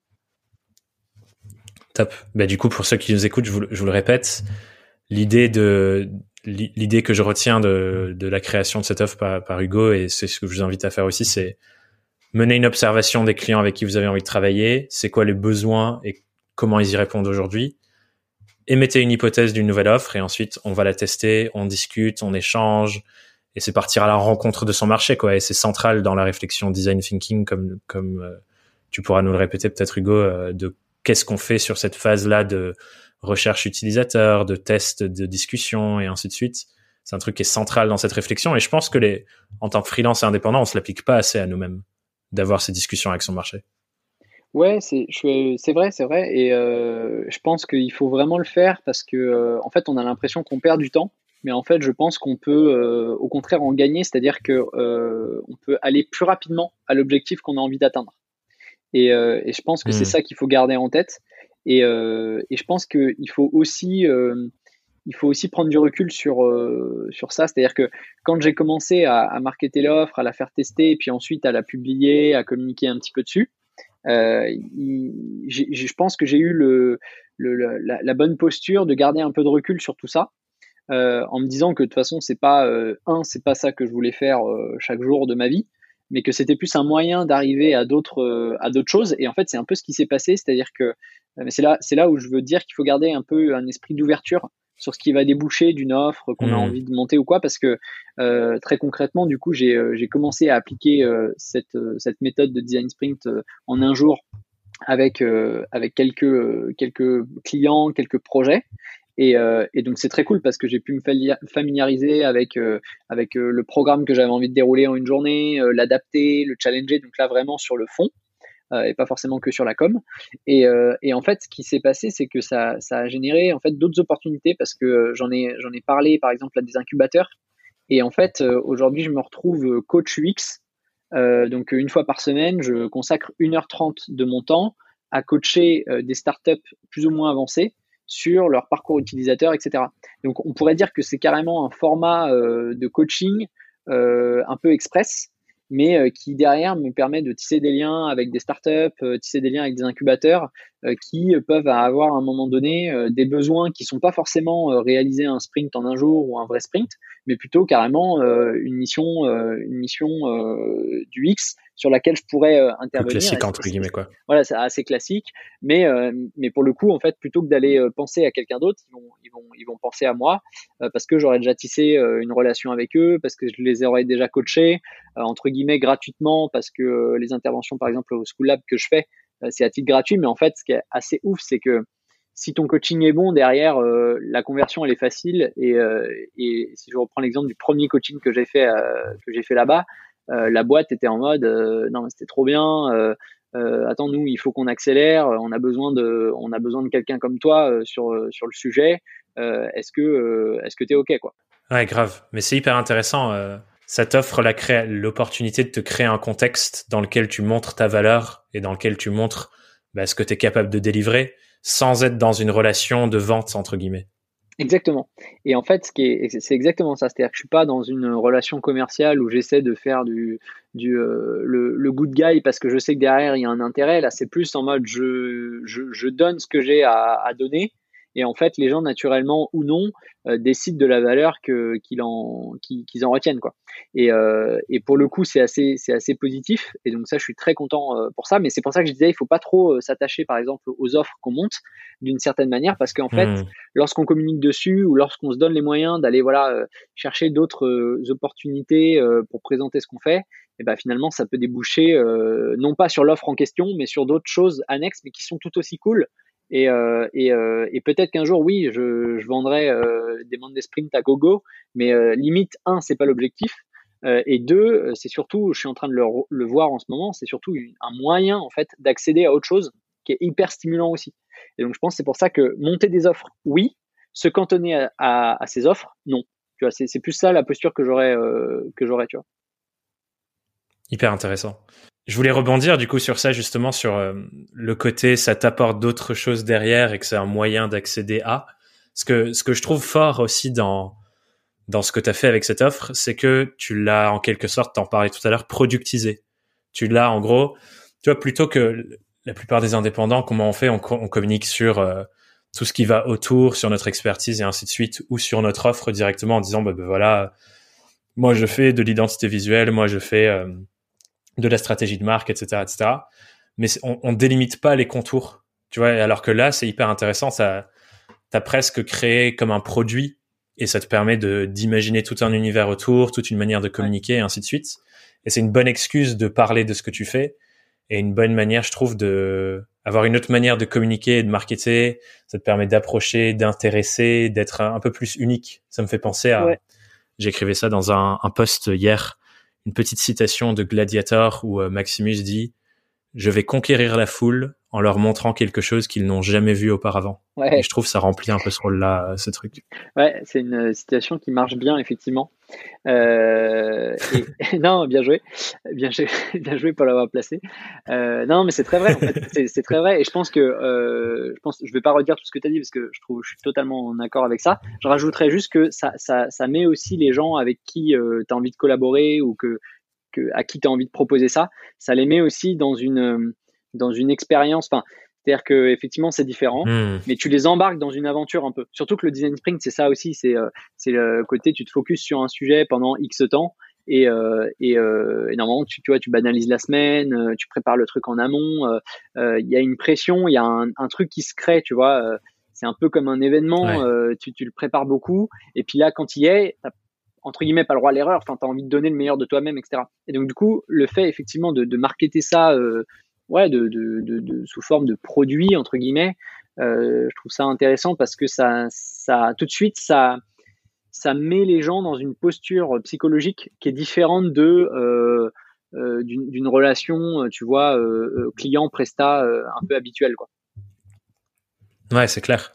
A: Top. Bah, du coup, pour ceux qui nous écoutent, je vous le répète, l'idée que je retiens de la création de cette offre par Hugo, et c'est ce que je vous invite à faire aussi, c'est mener une observation des clients avec qui vous avez envie de travailler, c'est quoi les besoins et comment ils y répondent aujourd'hui. Émettez une hypothèse d'une nouvelle offre et ensuite on va la tester, on discute, on échange et c'est partir à la rencontre de son marché, quoi. Et c'est central dans la réflexion design thinking, comme tu pourras nous le répéter peut-être, Hugo, de qu'est-ce qu'on fait sur cette phase-là de recherche utilisateur, de test, de discussion et ainsi de suite. C'est un truc qui est central dans cette réflexion et je pense que en tant que freelance et indépendant, on se l'applique pas assez à nous-mêmes d'avoir ces discussions avec son marché.
B: Ouais, c'est vrai, et je pense qu'il faut vraiment le faire parce que en fait, on a l'impression qu'on perd du temps, mais en fait, je pense qu'on peut au contraire en gagner, c'est-à-dire que on peut aller plus rapidement à l'objectif qu'on a envie d'atteindre. Et je pense que c'est ça qu'il faut garder en tête. Et je pense qu'il faut aussi prendre du recul sur ça. C'est-à-dire que quand j'ai commencé à marketer l'offre, à la faire tester, et puis ensuite à la publier, à communiquer un petit peu dessus, je pense que j'ai eu la bonne posture de garder un peu de recul sur tout ça, en me disant que de toute façon, c'est pas ça que je voulais faire chaque jour de ma vie, mais que c'était plus un moyen d'arriver à d'autres choses. Et en fait, c'est un peu ce qui s'est passé, c'est-à-dire que c'est là où je veux dire qu'il faut garder un peu un esprit d'ouverture sur ce qui va déboucher d'une offre qu'on a envie de monter ou quoi, parce que très concrètement, du coup, j'ai commencé à appliquer cette méthode de design sprint en un jour avec quelques clients, quelques projets. Et donc c'est très cool parce que j'ai pu me familiariser avec le programme que j'avais envie de dérouler en une journée, l'adapter, le challenger. Donc là vraiment sur le fond et pas forcément que sur la com. Et en fait, ce qui s'est passé, c'est que ça a généré en fait d'autres opportunités parce que j'en ai parlé par exemple à des incubateurs. Et en fait, aujourd'hui, je me retrouve coach UX. Donc une fois par semaine, je consacre 1h30 de mon temps à coacher des startups plus ou moins avancées sur leur parcours utilisateur, etc. Donc on pourrait dire que c'est carrément un format de coaching un peu express, mais qui derrière me permet de tisser des liens avec des startups, tisser des liens avec des incubateurs qui peuvent avoir à un moment donné des besoins qui sont pas forcément réaliser un sprint en un jour ou un vrai sprint, mais plutôt carrément une mission du X sur laquelle je pourrais
A: Plus
B: intervenir.
A: classique, entre guillemets, quoi.
B: Voilà, c'est assez classique, mais pour le coup, en fait, plutôt que d'aller penser à quelqu'un d'autre, ils vont penser à moi parce que j'aurais déjà tissé une relation avec eux, parce que je les aurais déjà coachés entre guillemets gratuitement, parce que les interventions, par exemple, au School Lab que je fais, c'est à titre gratuit, mais en fait, ce qui est assez ouf, c'est que si ton coaching est bon, derrière, la conversion, elle est facile. Et si je reprends l'exemple du premier coaching que j'ai fait là-bas, la boîte était en mode, non, mais c'était trop bien. Attends, nous, il faut qu'on accélère. On a besoin de quelqu'un comme toi sur le sujet. Est-ce que t'es OK, quoi?
A: Ouais, grave. Mais c'est hyper intéressant. Ça t'offre l'opportunité de te créer un contexte dans lequel tu montres ta valeur et dans lequel tu montres ce que tu es capable de délivrer sans être dans une relation de vente, entre guillemets.
B: Exactement. Et en fait, c'est exactement ça. C'est-à-dire que je suis pas dans une relation commerciale où j'essaie de faire le good guy parce que je sais que derrière il y a un intérêt. Là, c'est plus en mode je donne ce que j'ai à donner. Et en fait, les gens, naturellement ou non, décident de la valeur qu'ils en retiennent, quoi. Et pour le coup, c'est assez positif. Et donc ça, je suis très content pour ça. Mais c'est pour ça que je disais, il faut pas trop s'attacher, par exemple, aux offres qu'on monte d'une certaine manière, parce qu'en fait, lorsqu'on communique dessus ou lorsqu'on se donne les moyens d'aller chercher d'autres opportunités pour présenter ce qu'on fait, et ben finalement, ça peut déboucher non pas sur l'offre en question, mais sur d'autres choses annexes, mais qui sont tout aussi cool. Et peut-être qu'un jour, oui, je vendrai des Monday Sprint à gogo, mais limite, un, c'est pas l'objectif. Et deux, c'est surtout, je suis en train de le voir en ce moment, c'est surtout un moyen en fait d'accéder à autre chose qui est hyper stimulant aussi. Et donc je pense que c'est pour ça que monter des offres, oui, se cantonner à ces offres, non. Tu vois, c'est plus ça la posture que j'aurais, tu vois.
A: Hyper intéressant. Je voulais rebondir du coup sur ça, justement, sur le côté ça t'apporte d'autres choses derrière et que c'est un moyen d'accéder à. Ce que je trouve fort aussi dans ce que tu as fait avec cette offre, c'est que tu l'as en quelque sorte, t'en parlais tout à l'heure, productisé. Tu l'as en gros, tu vois, plutôt que la plupart des indépendants, comment on fait, on communique sur tout ce qui va autour, sur notre expertise et ainsi de suite, ou sur notre offre directement en disant voilà, moi je fais de l'identité visuelle, moi je fais de la stratégie de marque, etc., etc. Mais on délimite pas les contours, tu vois. Alors que là, c'est hyper intéressant. T'as presque créé comme un produit et ça te permet d'imaginer tout un univers autour, toute une manière de communiquer et ainsi de suite. Et c'est une bonne excuse de parler de ce que tu fais et une bonne manière, je trouve, de avoir une autre manière de communiquer et de marketer. Ça te permet d'approcher, d'intéresser, d'être un peu plus unique. Ça me fait penser à...
B: Ouais.
A: J'écrivais ça dans un post hier, une petite citation de Gladiator où Maximus dit « Je vais conquérir la foule en leur montrant quelque chose qu'ils n'ont jamais vu auparavant. »
B: Ouais.
A: Et je trouve que ça remplit un peu ce rôle-là, ce truc.
B: Ouais, c'est une citation qui marche bien, effectivement. Non, bien joué. Bien joué pour l'avoir placé. Non, mais c'est très vrai, en fait. C'est très vrai. Et je pense que, je vais pas redire tout ce que tu as dit parce que je suis totalement en accord avec ça. Je rajouterais juste que ça met aussi les gens avec qui tu as envie de collaborer ou à qui tu as envie de proposer ça. Ça les met aussi dans une expérience. Enfin, c'est-à-dire que effectivement c'est différent, mais tu les embarques dans une aventure un peu. Surtout que le design sprint c'est ça aussi, c'est le côté tu te focuses sur un sujet pendant X temps et normalement tu vois tu banalises la semaine, tu prépares le truc en amont. Il y a une pression, il y a un truc qui se crée, tu vois. C'est un peu comme un événement,
A: Ouais.
B: tu le prépares beaucoup et puis là quand il y est, t'as entre guillemets pas le droit à l'erreur. Enfin, t'as envie de donner le meilleur de toi-même, etc. Et donc du coup le fait effectivement de marketer ça. Ouais, sous forme de produit entre guillemets, Je trouve ça intéressant parce que ça tout de suite, ça met les gens dans une posture psychologique qui est différente d'une relation, tu vois, client-prestat un peu habituelle, quoi.
A: Ouais, c'est clair.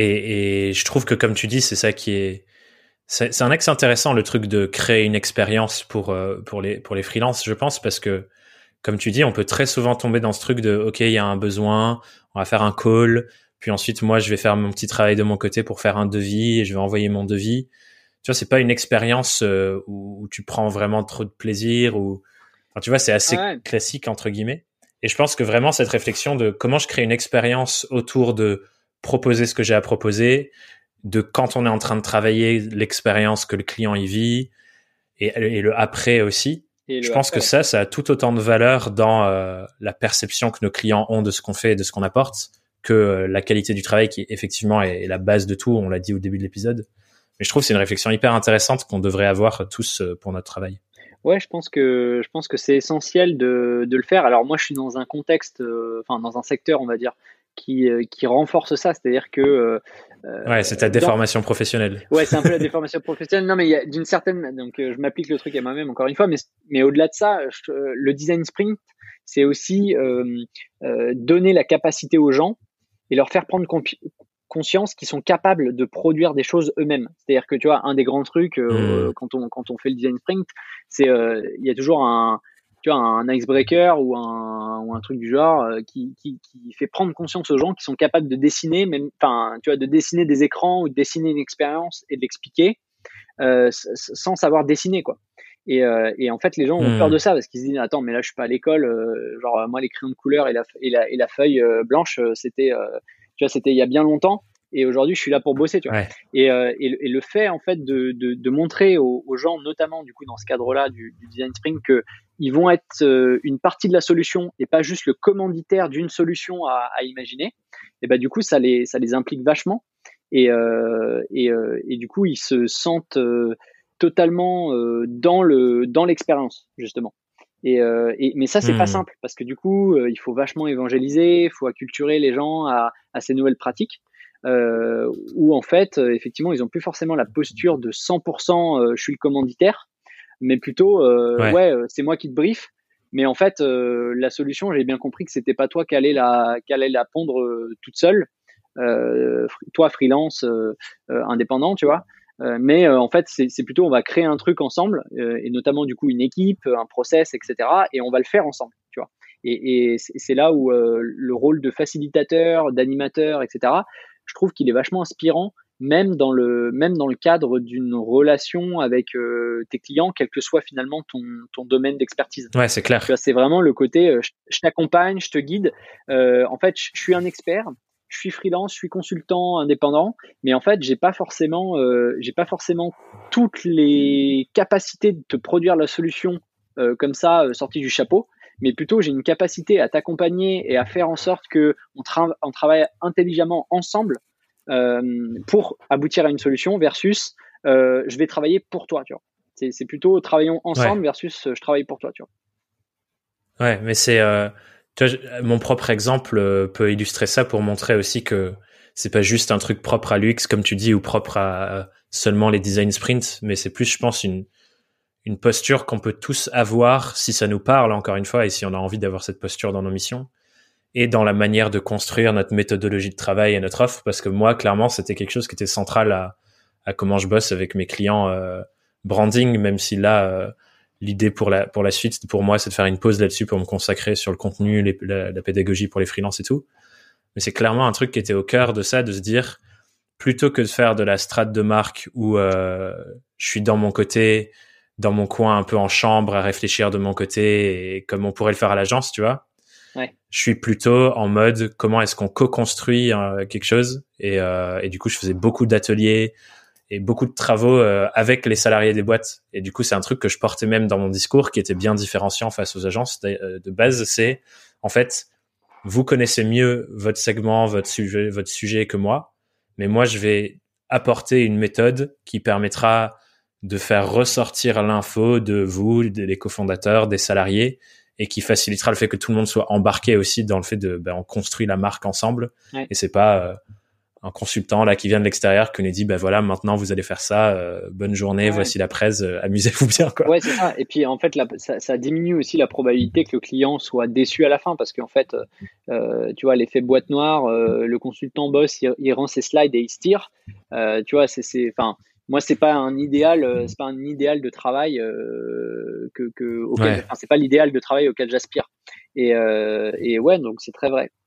A: Et je trouve que, comme tu dis, c'est ça qui est... C'est un axe intéressant, le truc de créer une expérience pour les freelances, je pense, parce que, comme tu dis, on peut très souvent tomber dans ce truc de, OK, il y a un besoin, on va faire un call, puis ensuite, moi, je vais faire mon petit travail de mon côté pour faire un devis, et je vais envoyer mon devis. Tu vois, c'est pas une expérience où tu prends vraiment trop de plaisir, ou... Enfin, tu vois, c'est assez classique, entre guillemets. Et je pense que vraiment, cette réflexion de comment je crée une expérience autour de proposer ce que j'ai à proposer, de quand on est en train de travailler, l'expérience que le client y vit, et le après aussi. Je pense que ça a tout autant de valeur dans la perception que nos clients ont de ce qu'on fait et de ce qu'on apporte, que la qualité du travail qui effectivement est la base de tout, on l'a dit au début de l'épisode. Mais je trouve que c'est une réflexion hyper intéressante qu'on devrait avoir tous pour notre travail.
B: Ouais, je pense que c'est essentiel de le faire. Alors moi, je suis dans un contexte, dans un secteur, on va dire, qui renforce ça, c'est-à-dire que
A: ouais, c'est ta déformation professionnelle.
B: Ouais, c'est un peu la déformation professionnelle. Non, mais il y a d'une certaine, donc je m'applique le truc à moi-même encore une fois, mais au-delà de ça, le design sprint, c'est aussi donner la capacité aux gens et leur faire prendre conscience qu'ils sont capables de produire des choses eux-mêmes. C'est-à-dire que tu vois, un des grands trucs quand on fait le design sprint, c'est il y a toujours un icebreaker ou un truc du genre qui fait prendre conscience aux gens qui sont capables de dessiner, de dessiner des écrans ou de dessiner une expérience et de l'expliquer sans savoir dessiner, quoi. Et en fait, les gens ont peur de ça parce qu'ils se disent attends, mais là je suis pas à l'école, moi les crayons de couleur et la feuille blanche, c'était il y a bien longtemps. Et aujourd'hui, je suis là pour bosser, tu vois.
A: Ouais.
B: Et le fait, en fait, de montrer aux gens, notamment, du coup, dans ce cadre-là du design sprint, que ils vont être une partie de la solution et pas juste le commanditaire d'une solution à imaginer. Et ben, du coup, ça les implique vachement. Et du coup, ils se sentent totalement dans l'expérience, justement. Mais ça, c'est pas simple parce que du coup, il faut vachement évangéliser, il faut acculturer les gens à ces nouvelles pratiques. Où en fait, effectivement, ils ont plus forcément la posture de 100% je suis le commanditaire, mais plutôt c'est moi qui te brief. Mais en fait, la solution, j'ai bien compris que c'était pas toi qui allait la pondre toute seule, toi freelance indépendant, tu vois. Mais en fait, c'est plutôt on va créer un truc ensemble et notamment du coup une équipe, un process, etc. Et on va le faire ensemble, tu vois. Et c'est là où le rôle de facilitateur, d'animateur, etc. Je trouve qu'il est vachement inspirant, même dans le cadre d'une relation avec tes clients, quel que soit finalement ton domaine d'expertise.
A: Ouais, c'est clair.
B: Tu vois, c'est vraiment le côté je t'accompagne, je te guide. En fait, je suis un expert. Je suis freelance, je suis consultant indépendant, mais en fait, j'ai pas forcément toutes les capacités de te produire la solution comme ça sortie du chapeau, mais plutôt j'ai une capacité à t'accompagner et à faire en sorte que on travaille intelligemment ensemble pour aboutir à une solution versus je vais travailler pour toi, tu vois. C'est plutôt travaillons ensemble versus je travaille pour toi, tu vois.
A: Ouais, mais c'est tu vois, mon propre exemple peut illustrer ça pour montrer aussi que c'est pas juste un truc propre à l'UX comme tu dis ou propre à seulement les design sprints, mais c'est plus, je pense, une posture qu'on peut tous avoir si ça nous parle, encore une fois, et si on a envie d'avoir cette posture dans nos missions et dans la manière de construire notre méthodologie de travail et notre offre, parce que moi, clairement, c'était quelque chose qui était central à comment je bosse avec mes clients branding, même si là, l'idée pour la suite, pour moi, c'est de faire une pause là-dessus pour me consacrer sur le contenu, la pédagogie pour les freelances et tout. Mais c'est clairement un truc qui était au cœur de ça, de se dire, plutôt que de faire de la strat de marque où je suis dans mon côté, dans mon coin un peu en chambre à réfléchir de mon côté et comme on pourrait le faire à l'agence, tu vois.
B: Ouais.
A: Je suis plutôt en mode comment est-ce qu'on co-construit quelque chose et du coup je faisais beaucoup d'ateliers et beaucoup de travaux avec les salariés des boîtes et du coup c'est un truc que je portais même dans mon discours qui était bien différenciant face aux agences de base. C'est en fait vous connaissez mieux votre segment, votre sujet que moi, mais moi je vais apporter une méthode qui permettra de faire ressortir l'info de vous, des cofondateurs, des salariés, et qui facilitera le fait que tout le monde soit embarqué aussi dans le fait de, on construit la marque ensemble.
B: Ouais.
A: Et c'est pas un consultant là qui vient de l'extérieur qui nous dit voilà, maintenant vous allez faire ça, bonne journée, voici la presse, amusez-vous bien, quoi.
B: Ouais, c'est ça. Et puis en fait ça diminue aussi la probabilité que le client soit déçu à la fin, parce qu'en fait tu vois, l'effet boîte noire, le consultant bosse, il rend ses slides et il se tire, tu vois, enfin moi c'est pas un idéal de travail auquel, enfin, c'est pas l'idéal de travail auquel j'aspire, et ouais, donc c'est très vrai.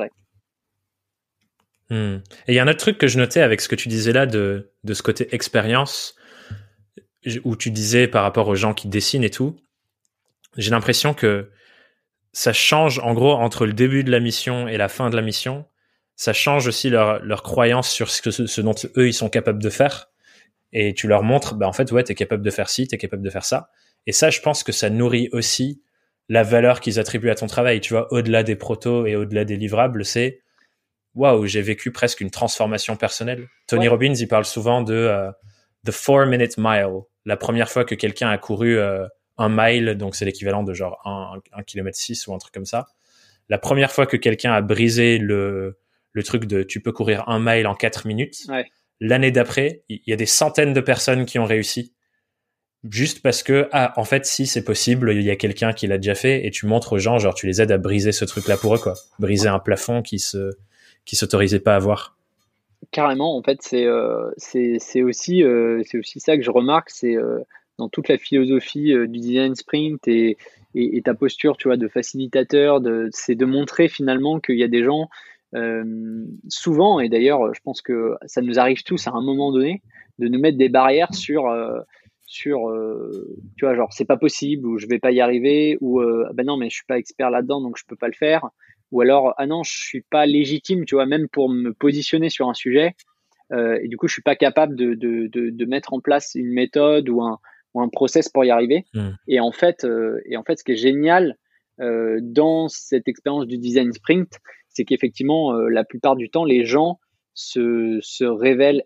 A: Et il y a un autre truc que je notais avec ce que tu disais là de ce côté expérience, où tu disais par rapport aux gens qui dessinent et tout, j'ai l'impression que ça change en gros entre le début de la mission et la fin de la mission. Ça change aussi leur croyance sur ce dont eux ils sont capables de faire. Et tu leur montres, en fait, ouais, t'es capable de faire ci, t'es capable de faire ça. Et ça, je pense que ça nourrit aussi la valeur qu'ils attribuent à ton travail. Tu vois, au-delà des protos et au-delà des livrables, c'est waouh, j'ai vécu presque une transformation personnelle. Tony Robbins, il parle souvent de the 4-minute mile. La première fois que quelqu'un a couru un mile, donc c'est l'équivalent de genre 1 km 6 ou un truc comme ça. La première fois que quelqu'un a brisé le truc de tu peux courir 1 mile en 4 minutes, l'année d'après, il y a des centaines de personnes qui ont réussi. Juste parce que, en fait, si c'est possible, il y a quelqu'un qui l'a déjà fait, et tu montres aux gens, genre, tu les aides à briser ce truc-là pour eux, quoi. Briser un plafond qui s'autorisait pas à voir.
B: Carrément, en fait, c'est aussi ça que je remarque, c'est dans toute la philosophie du design sprint et ta posture, tu vois, de facilitateur, c'est de montrer finalement qu'il y a des gens souvent, et d'ailleurs, je pense que ça nous arrive tous à un moment donné, de nous mettre des barrières sur tu vois, genre c'est pas possible, ou je vais pas y arriver, ou non, mais je suis pas expert là-dedans, donc je peux pas le faire. Ou alors, ah non, je suis pas légitime, tu vois, même pour me positionner sur un sujet, et du coup, je suis pas capable de mettre en place une méthode ou un process pour y arriver. Et en fait, ce qui est génial dans cette expérience du design sprint, c'est qu'effectivement, la plupart du temps, les gens se révèlent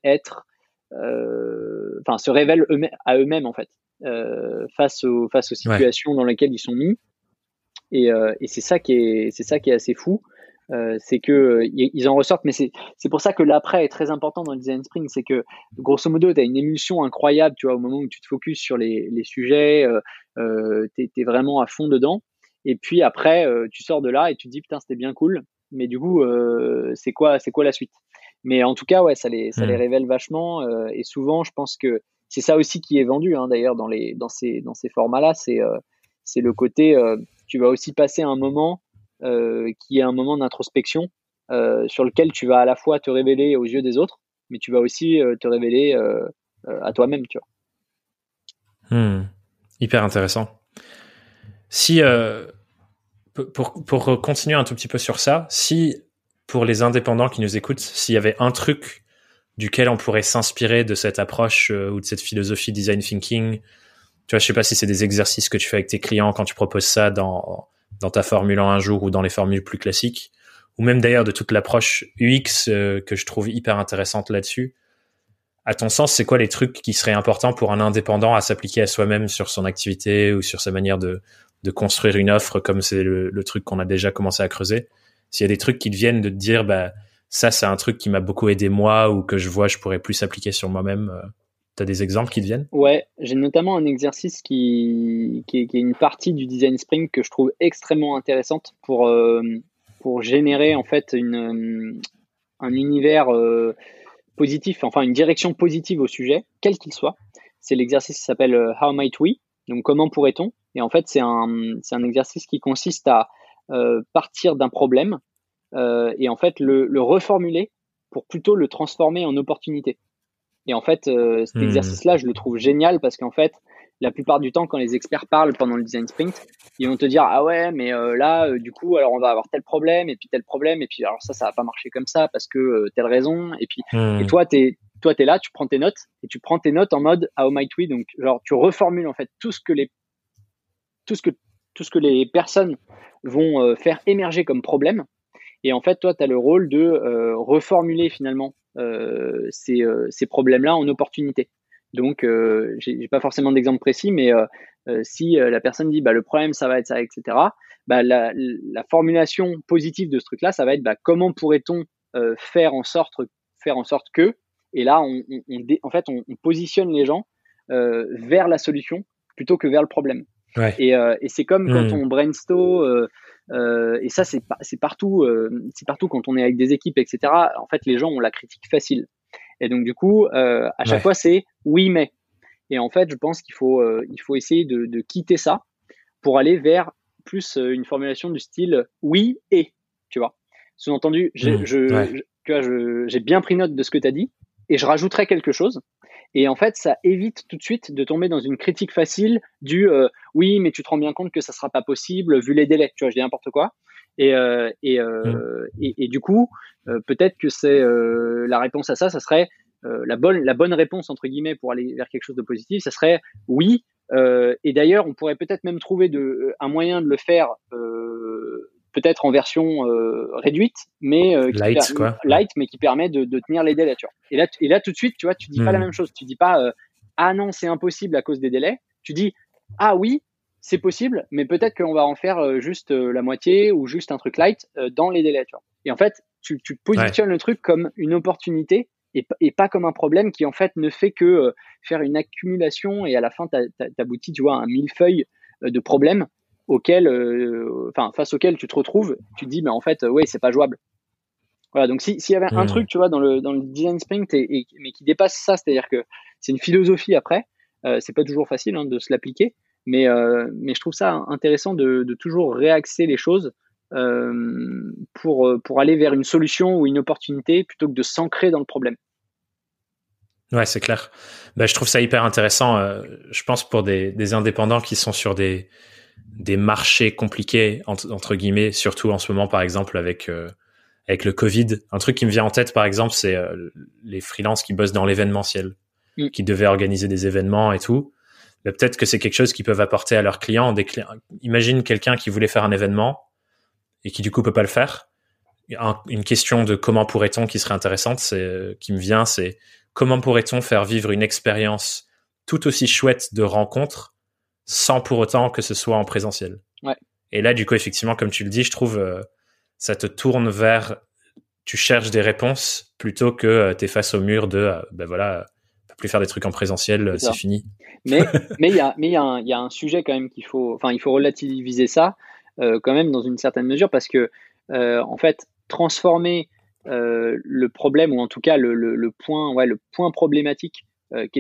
B: se révèlent à eux-mêmes en fait, face aux situations dans lesquelles ils sont mis. Et c'est ça qui est assez fou, c'est que ils en ressortent, mais c'est pour ça que l'après est très important dans le design sprint. C'est que grosso modo tu as une émulsion incroyable, tu vois, au moment où tu te focuses sur les sujets, t'es vraiment à fond dedans, et puis après tu sors de là et tu te dis putain, c'était bien cool, mais du coup c'est quoi la suite. Mais en tout cas, ouais, ça les révèle vachement, et souvent je pense que c'est ça aussi qui est vendu, hein, d'ailleurs dans ces formats là, c'est le côté tu vas aussi passer un moment qui est un moment d'introspection, sur lequel tu vas à la fois te révéler aux yeux des autres, mais tu vas aussi te révéler à toi-même, tu
A: vois. Hyper intéressant. Si pour continuer un tout petit peu sur ça, si pour les indépendants qui nous écoutent, s'il y avait un truc duquel on pourrait s'inspirer de cette approche ou de cette philosophie design thinking, tu vois, je sais pas si c'est des exercices que tu fais avec tes clients quand tu proposes ça dans ta formule en un jour ou dans les formules plus classiques, ou même d'ailleurs de toute l'approche UX que je trouve hyper intéressante là-dessus. À ton sens, c'est quoi les trucs qui seraient importants pour un indépendant à s'appliquer à soi-même sur son activité ou sur sa manière de construire une offre, comme c'est le truc qu'on a déjà commencé à creuser? S'il y a des trucs qui te viennent de te dire, ça c'est un truc qui m'a beaucoup aidé moi, ou que je vois je pourrais plus appliquer sur moi-même, t'as des exemples qui te viennent?
B: Ouais, j'ai notamment un exercice qui est une partie du design sprint que je trouve extrêmement intéressante pour générer en fait un univers positif, enfin une direction positive au sujet, quel qu'il soit. C'est l'exercice qui s'appelle How Might We, donc comment pourrait-on. Et en fait, c'est un exercice qui consiste à partir d'un problème et en fait le reformuler pour plutôt le transformer en opportunité. Et en fait, cet exercice-là, je le trouve génial parce qu'en fait, la plupart du temps, quand les experts parlent pendant le design sprint, ils vont te dire ah ouais, mais là, du coup, alors on va avoir tel problème et puis tel problème et puis alors ça va pas marcher comme ça parce que telle raison. Et puis et toi, t'es là, tu prends tes notes et tu prends tes notes en mode how might we, donc genre tu reformules en fait tout ce que les personnes vont faire émerger comme problème. Et en fait, toi, tu as le rôle de reformuler finalement ces problèmes-là en opportunités. Donc, j'ai pas forcément d'exemple précis, mais si la personne dit le problème ça va être ça, etc. La formulation positive de ce truc-là, ça va être comment pourrait-on faire en sorte que, et là en fait on positionne les gens vers la solution plutôt que vers le problème.
A: Ouais.
B: Et c'est comme quand on brainstorm, et ça c'est partout quand on est avec des équipes, etc. En fait, les gens ont la critique facile. Et donc du coup, à chaque fois c'est oui mais. Et en fait, je pense qu'il faut essayer de quitter ça pour aller vers plus une formulation du style oui et, tu vois. Sous-entendu, j'ai bien pris note de ce que tu as dit et je rajouterai quelque chose. Et en fait, ça évite tout de suite de tomber dans une critique facile du oui, mais tu te rends bien compte que ça sera pas possible vu les délais. Tu vois, je dis n'importe quoi. Et du coup, peut-être que c'est la réponse à ça, ça serait la bonne réponse entre guillemets pour aller vers quelque chose de positif, ça serait oui. Et d'ailleurs, on pourrait peut-être même trouver un moyen de le faire peut-être en version réduite, mais light, mais qui permet de tenir les délais. Tu vois. Et là, tout de suite, tu vois, tu dis pas la même chose. Tu dis pas ah non, c'est impossible à cause des délais. Tu dis ah oui, c'est possible, mais peut-être qu'on va en faire juste la moitié ou juste un truc light dans les délais. Tu vois. Et en fait, tu positionnes le truc comme une opportunité et pas comme un problème qui en fait ne fait que faire une accumulation, et à la fin t'aboutis, tu vois, à un millefeuille de problèmes face auquel tu te retrouves. Tu te dis en fait ouais, c'est pas jouable. Voilà, donc s'il y avait un truc, tu vois, dans le design sprint mais qui dépasse ça, c'est-à-dire que c'est une philosophie après, c'est pas toujours facile de se l'appliquer, mais je trouve ça intéressant de toujours réaxer les choses pour aller vers une solution ou une opportunité plutôt que de s'ancrer dans le problème.
A: Ouais, c'est clair. Je trouve ça hyper intéressant. Je pense pour des indépendants qui sont sur des marchés compliqués, entre guillemets, surtout en ce moment, par exemple, avec le Covid. Un truc qui me vient en tête, par exemple, c'est les freelances qui bossent dans l'événementiel, qui devaient organiser des événements et tout. Peut-être que c'est quelque chose qu'ils peuvent apporter à leurs clients. Imagine quelqu'un qui voulait faire un événement et qui, du coup, peut pas le faire. Une question de comment pourrait-on qui serait intéressante, qui me vient, c'est comment pourrait-on faire vivre une expérience tout aussi chouette de rencontre sans pour autant que ce soit en présentiel.
B: Ouais.
A: Et là, du coup, effectivement, comme tu le dis, je trouve ça te tourne vers, tu cherches des réponses plutôt que t'es face au mur de voilà, on peut plus faire des trucs en présentiel, c'est fini.
B: Mais il y a un sujet quand même il faut relativiser ça quand même dans une certaine mesure, parce que en fait transformer le problème, ou en tout cas le point problématique qui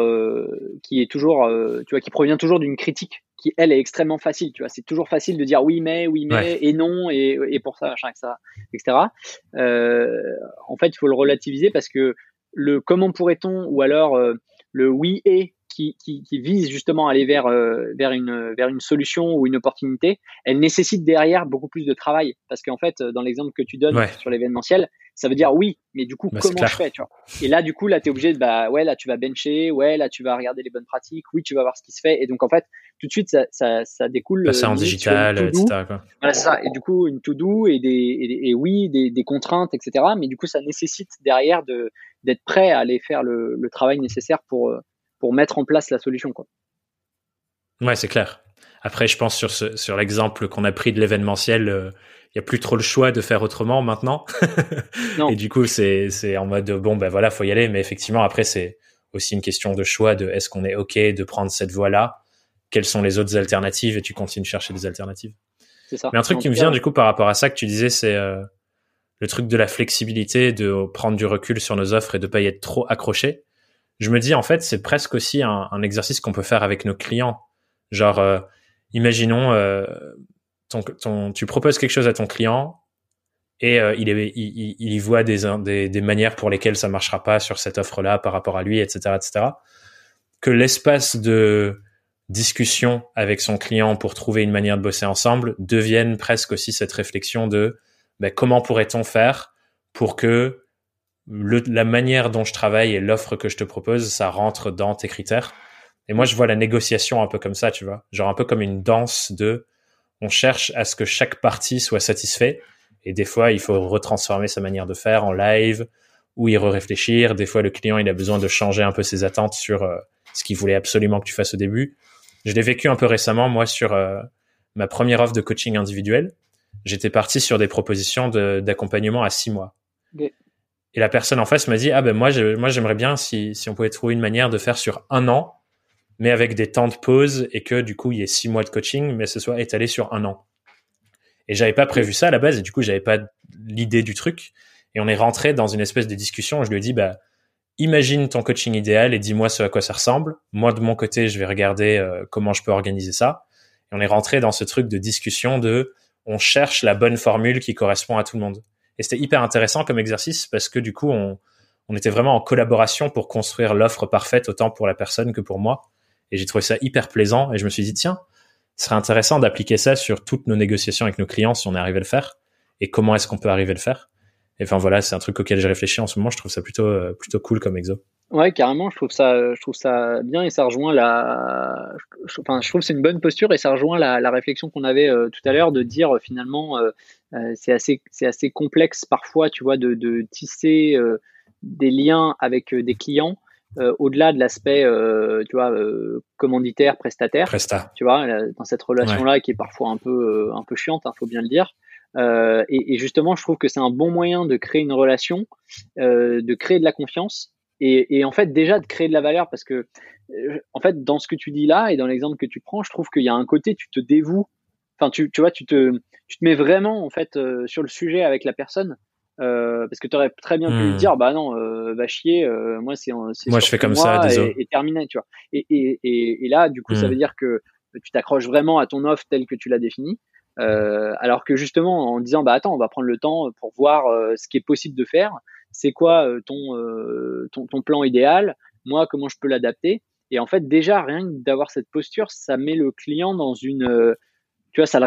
B: provient toujours d'une critique qui, elle, est extrêmement facile. Tu vois, c'est toujours facile de dire oui mais et non et pour ça, machin, etc. En fait, il faut le relativiser, parce que le comment pourrait-on, ou alors le oui et qui vise justement à aller vers une solution ou une opportunité, elle nécessite derrière beaucoup plus de travail, parce qu'en fait, dans l'exemple que tu donnes sur l'événementiel, ça veut dire oui, mais du coup, comment je fais, tu vois. Et là, du coup, là, t'es obligé de, là, tu vas bencher, là, tu vas regarder les bonnes pratiques, oui, tu vas voir ce qui se fait. Et donc, en fait, tout de suite, ça découle.
A: Passer en digital, etc., quoi.
B: Voilà, c'est ça. Et du coup, une to-do et des contraintes, etc. Mais du coup, ça nécessite derrière d'être prêt à aller faire le travail nécessaire pour mettre en place la solution, quoi.
A: Ouais, c'est clair. Après, je pense sur l'exemple qu'on a pris de l'événementiel, il y a plus trop le choix de faire autrement maintenant. Et du coup, c'est en mode voilà, faut y aller. Mais effectivement, après, c'est aussi une question de choix de est-ce qu'on est OK de prendre cette voie-là? Quelles sont les autres alternatives? Et tu continues de chercher des alternatives.
B: C'est ça.
A: Mais un truc qui me vient du coup par rapport à ça que tu disais, c'est le truc de la flexibilité, de prendre du recul sur nos offres et de pas y être trop accroché. Je me dis, en fait, c'est presque aussi un exercice qu'on peut faire avec nos clients. Genre, imaginons, tu proposes quelque chose à ton client et il y voit des manières pour lesquelles ça marchera pas sur cette offre-là par rapport à lui, etc., etc. Que l'espace de discussion avec son client pour trouver une manière de bosser ensemble devienne presque aussi cette réflexion de comment pourrait-on faire pour que la manière dont je travaille et l'offre que je te propose, ça rentre dans tes critères. Et moi, je vois la négociation un peu comme ça, tu vois. Genre un peu comme une danse on cherche à ce que chaque partie soit satisfaite. Et des fois, il faut retransformer sa manière de faire en live. ou y réfléchir. Des fois, le client, il a besoin de changer un peu ses attentes sur ce qu'il voulait absolument que tu fasses au début. Je l'ai vécu un peu récemment, moi, sur ma première offre de coaching individuel. J'étais parti sur des propositions d'accompagnement à 6 mois.
B: Okay.
A: Et la personne en face m'a dit, moi, j'aimerais bien si on pouvait trouver une manière de faire sur 1 an, mais avec des temps de pause et que du coup, il y ait 6 mois de coaching, mais ce soit étalé sur 1 an. Et j'avais pas prévu ça à la base et du coup, j'avais pas l'idée du truc. Et on est rentré dans une espèce de discussion où je lui ai dit, imagine ton coaching idéal et dis-moi ce à quoi ça ressemble. Moi, de mon côté, je vais regarder comment je peux organiser ça. Et on est rentré dans ce truc de discussion on cherche la bonne formule qui correspond à tout le monde. Et c'était hyper intéressant comme exercice parce que du coup, on était vraiment en collaboration pour construire l'offre parfaite autant pour la personne que pour moi. Et j'ai trouvé ça hyper plaisant et je me suis dit, tiens, ce serait intéressant d'appliquer ça sur toutes nos négociations avec nos clients si on est arrivé à le faire. Et comment est-ce qu'on peut arriver à le faire? Et enfin voilà, c'est un truc auquel j'ai réfléchi en ce moment. Je trouve ça plutôt cool comme exo.
B: Ouais, carrément. Je trouve ça bien et ça rejoint je trouve que c'est une bonne posture et ça rejoint la réflexion qu'on avait tout à l'heure de dire finalement c'est assez complexe parfois, tu vois, de tisser des liens avec des clients au-delà de l'aspect, tu vois, commanditaire, prestataire.
A: Presta.
B: Tu vois, dans cette relation-là qui est parfois un peu chiante, faut bien le dire. Et justement, je trouve que c'est un bon moyen de créer une relation, de créer de la confiance et en fait déjà de créer de la valeur parce que en fait dans ce que tu dis là et dans l'exemple que tu prends, je trouve qu'il y a un côté tu te dévoues, enfin tu vois, tu te mets vraiment en fait sur le sujet avec la personne parce que tu aurais très bien pu lui dire bah non va chier, moi c'est
A: moi je fais comme ça, désolé.
B: Et terminé, tu vois. Et là du coup ça veut dire que tu t'accroches vraiment à ton offre telle que tu l'as définie. Alors que justement en disant bah attends on va prendre le temps pour voir ce qui est possible de faire, c'est quoi ton plan idéal, moi comment je peux l'adapter, et en fait déjà rien que d'avoir cette posture ça met le client dans une tu vois ça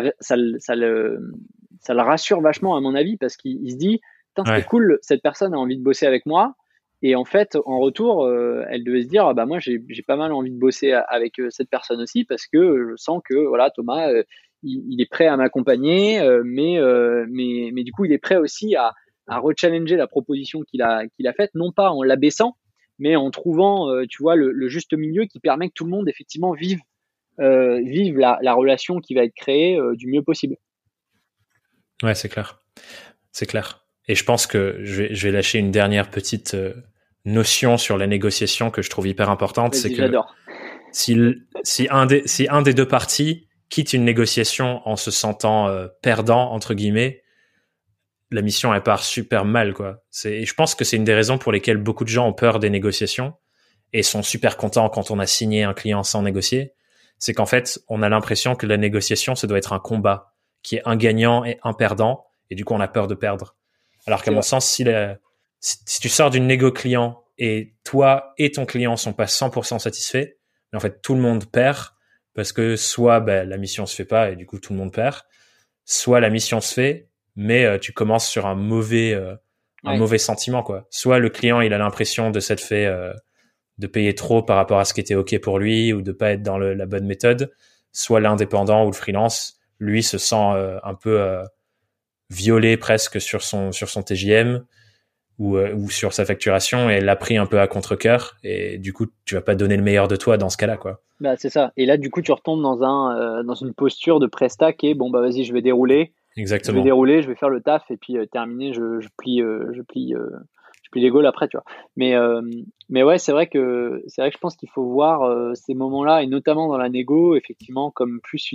B: le rassure vachement à mon avis parce qu'il se dit putain c'est cool, cette personne a envie de bosser avec moi. Et en fait, en retour, elle devait se dire ah bah moi j'ai pas mal envie de bosser avec cette personne aussi parce que je sens que voilà Thomas il est prêt à m'accompagner, mais du coup il est prêt aussi à rechallenger la proposition qu'il a faite, non pas en l'abaissant, mais en trouvant tu vois le juste milieu qui permet que tout le monde effectivement vive la relation qui va être créée du mieux possible.
A: Ouais, c'est clair. Et je pense que je vais lâcher une dernière petite notion sur la négociation que je trouve hyper importante. C'est que
B: j'adore.
A: Si un des deux parties quitte une négociation en se sentant perdant, entre guillemets, la mission, elle part super mal, quoi. Et je pense que c'est une des raisons pour lesquelles beaucoup de gens ont peur des négociations et sont super contents quand on a signé un client sans négocier. C'est qu'en fait, on a l'impression que la négociation, ça doit être un combat qui est un gagnant et un perdant, et du coup, on a peur de perdre. Alors qu'à mon sens, si tu sors d'une négo client et toi et ton client sont pas 100% satisfaits, mais en fait, tout le monde perd parce que soit la mission se fait pas et du coup, tout le monde perd, soit la mission se fait, mais tu commences sur un mauvais sentiment, quoi. Soit le client, il a l'impression de s'être fait de payer trop par rapport à ce qui était OK pour lui ou de pas être dans la bonne méthode, soit l'indépendant ou le freelance, lui se sent un peu violé presque sur son TJM ou sur sa facturation et l'a pris un peu à contre-cœur et du coup tu vas pas donner le meilleur de toi dans ce cas-là, quoi.
B: Bah c'est ça. Et là du coup tu retombes dans une posture de presta qui est bon bah vas-y je vais dérouler.
A: Exactement.
B: Je vais dérouler, je vais faire le taf et puis terminer, je plie les gaules après, tu vois. Mais ouais, c'est vrai que je pense qu'il faut voir ces moments-là et notamment dans la négo, effectivement, comme plus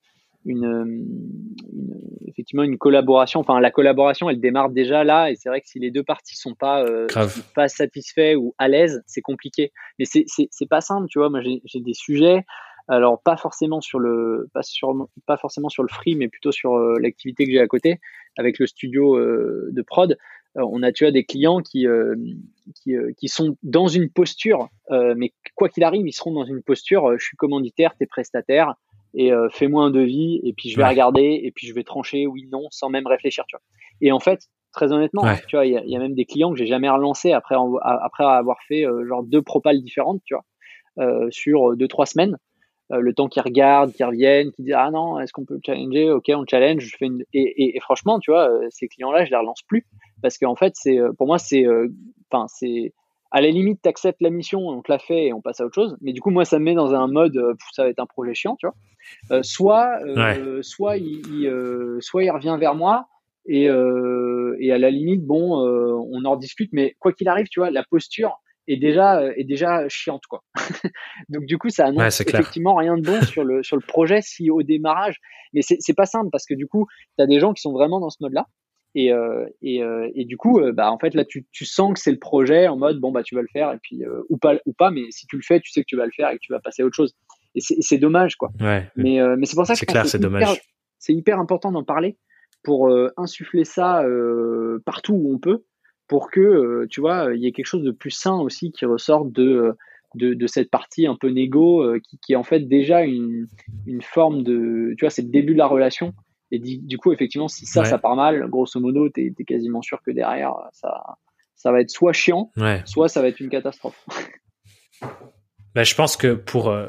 B: effectivement une collaboration. Enfin, la collaboration, elle démarre déjà là, et c'est vrai que si les deux parties sont pas satisfaits ou à l'aise, c'est compliqué. Mais c'est pas simple, tu vois. Moi, j'ai des sujets. Alors pas forcément sur le free, mais plutôt sur l'activité que j'ai à côté avec le studio de prod. On a, tu vois, des clients qui sont dans une posture, mais quoi qu'il arrive, ils seront dans une posture. Je suis commanditaire, t'es prestataire, et fais-moi un devis, et puis je vais regarder, et puis je vais trancher oui, non, sans même réfléchir, tu vois. Et en fait, très honnêtement, tu vois, il y a même des clients que j'ai jamais relancés après avoir fait genre 2 propals différentes, tu vois, sur 2-3 semaines. Le temps qu'ils regardent, qu'ils reviennent, qu'ils disent ah non, est-ce qu'on peut le challenger? Ok, on challenge. Et franchement, tu vois, ces clients-là, je les relance plus parce qu'en fait, pour moi, c'est à la limite, t'acceptes la mission, on te l'a fait et on passe à autre chose. Mais du coup, moi, ça me met dans un mode, ça va être un projet chiant, tu vois.
A: Ouais.
B: Soit il revient vers moi et à la limite, bon, on en rediscute, mais quoi qu'il arrive, tu vois, la posture est déjà chiante, quoi. Donc du coup, ça
A: Ouais,
B: annonce
A: c'est clair.
B: effectivement rien de bon sur le projet si au démarrage. Mais c'est pas simple parce que du coup, tu as des gens qui sont vraiment dans ce mode-là. Et du coup, bah en fait là, tu sens que c'est le projet en mode bon bah tu vas le faire et puis ou pas, mais si tu le fais, tu sais que tu vas le faire et que tu vas passer à autre chose. Et c'est dommage quoi.
A: Ouais,
B: Mais c'est pour ça que je
A: c'est
B: pense que
A: clair, c'est dommage.
B: c'est hyper important d'en parler pour insuffler ça partout où on peut pour que tu vois il y ait quelque chose de plus sain aussi qui ressorte de cette partie un peu négo qui est en fait déjà une forme de tu vois c'est le début de la relation et du coup effectivement si ça
A: Ouais,
B: part mal grosso modo t'es quasiment sûr que derrière ça va être soit chiant
A: ouais.
B: soit ça va être une catastrophe.
A: Bah, je pense que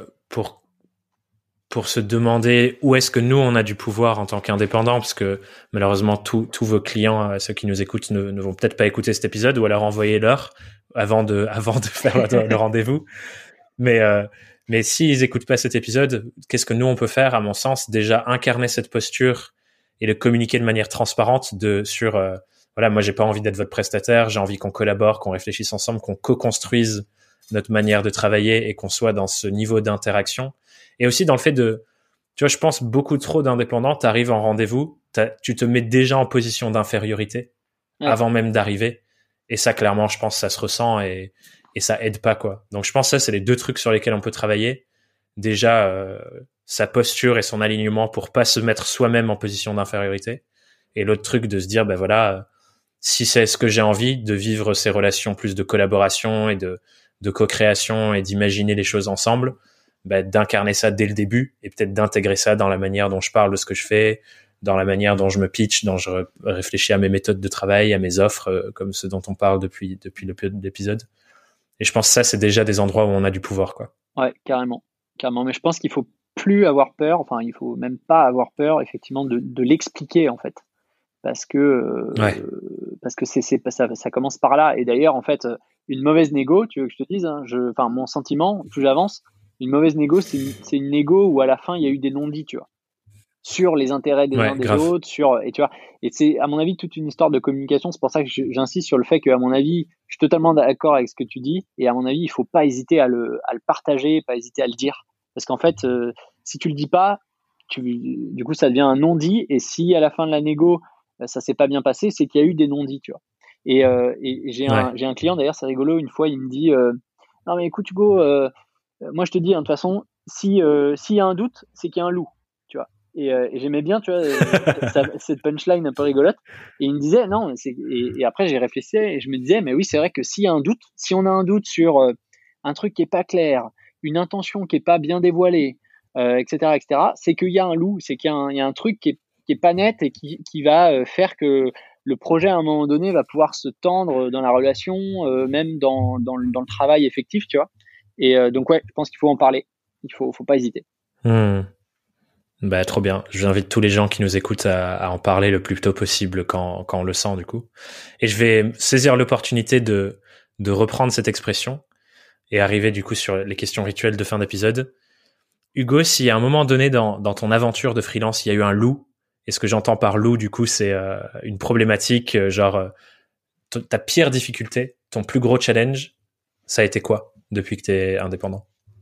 A: pour se demander où est-ce que nous on a du pouvoir en tant qu'indépendants, parce que malheureusement tous vos clients, ceux qui nous écoutent, ne vont peut-être pas écouter cet épisode ou alors envoyez-leur avant de faire le rendez-vous. Mais mais s'ils écoutent pas cet épisode, qu'est-ce que nous on peut faire? À mon sens, déjà incarner cette posture et le communiquer de manière transparente sur voilà, moi j'ai pas envie d'être votre prestataire, j'ai envie qu'on collabore, qu'on réfléchisse ensemble, qu'on co-construise notre manière de travailler et qu'on soit dans ce niveau d'interaction. Et aussi dans le fait tu vois, je pense beaucoup trop d'indépendants, t'arrives en rendez-vous, tu te mets déjà en position d'infériorité
B: Ouais,
A: avant même d'arriver. Et ça, clairement, je pense que ça se ressent et ça aide pas, quoi. Donc, je pense que ça, c'est les deux trucs sur lesquels on peut travailler. Déjà, sa posture et son alignement pour pas se mettre soi-même en position d'infériorité. Et l'autre truc de se dire, ben voilà, si c'est ce que j'ai envie, de vivre ces relations plus de collaboration et de co-création et d'imaginer les choses ensemble, d'incarner ça dès le début et peut-être d'intégrer ça dans la manière dont je parle de ce que je fais, dans la manière dont je me pitch, dont je réfléchis à mes méthodes de travail, à mes offres, comme ce dont on parle depuis l'épisode. Et je pense que ça, c'est déjà des endroits où on a du pouvoir, quoi.
B: ouais, carrément, carrément. Mais je pense qu'il faut plus avoir peur, enfin, il faut même pas avoir peur, effectivement, de l'expliquer, en fait. Parce que,
A: Ouais,
B: ça commence par là. Et d'ailleurs, en fait, une mauvaise négo, tu veux que je te dise, hein, enfin, mon sentiment, plus j'avance, une mauvaise négo, c'est une négo où à la fin, il y a eu des non-dits, tu vois, sur les intérêts des uns
A: ouais,
B: des
A: grave.
B: autres, et tu vois, et c'est, à mon avis, toute une histoire de communication. C'est pour ça que j'insiste sur le fait que, à mon avis, je suis totalement d'accord avec ce que tu dis. Et à mon avis, il faut pas hésiter à le partager, pas hésiter à le dire. Parce qu'en fait, si tu le dis pas, du coup, ça devient un non-dit. Et si à la fin de la négo, ça s'est pas bien passé, c'est qu'il y a eu des non-dits, tu vois. Et
A: Ouais.
B: j'ai un client, d'ailleurs, c'est rigolo, une fois, il me dit, non, mais écoute, Hugo, moi, je te dis, hein, de toute façon, s'il y a un doute, c'est qu'il y a un loup, tu vois. Et j'aimais bien, tu vois, cette punchline un peu rigolote. Et il me disait, non, et après, j'ai réfléchi et je me disais, mais oui, c'est vrai que s'il y a un doute, si on a un doute sur un truc qui est pas clair, une intention qui est pas bien dévoilée, etc., c'est qu'il y a un loup, c'est qu'il y a un truc qui est pas net et qui va faire que le projet à un moment donné va pouvoir se tendre dans la relation, même dans le travail effectif, tu vois. Et donc ouais, je pense qu'il faut en parler. Il faut pas hésiter.
A: Hmm. Bah, trop bien. J'invite tous les gens qui nous écoutent à en parler le plus tôt possible quand on le sent, du coup. Et je vais saisir l'opportunité de reprendre cette expression et arriver, du coup, sur les questions rituelles de fin d'épisode. Hugo, si à un moment donné dans ton aventure de freelance, il y a eu un loup, et ce que j'entends par loup, du coup, c'est une problématique, ta pire difficulté, ton plus gros challenge, ça a été quoi depuis que tu es indépendant?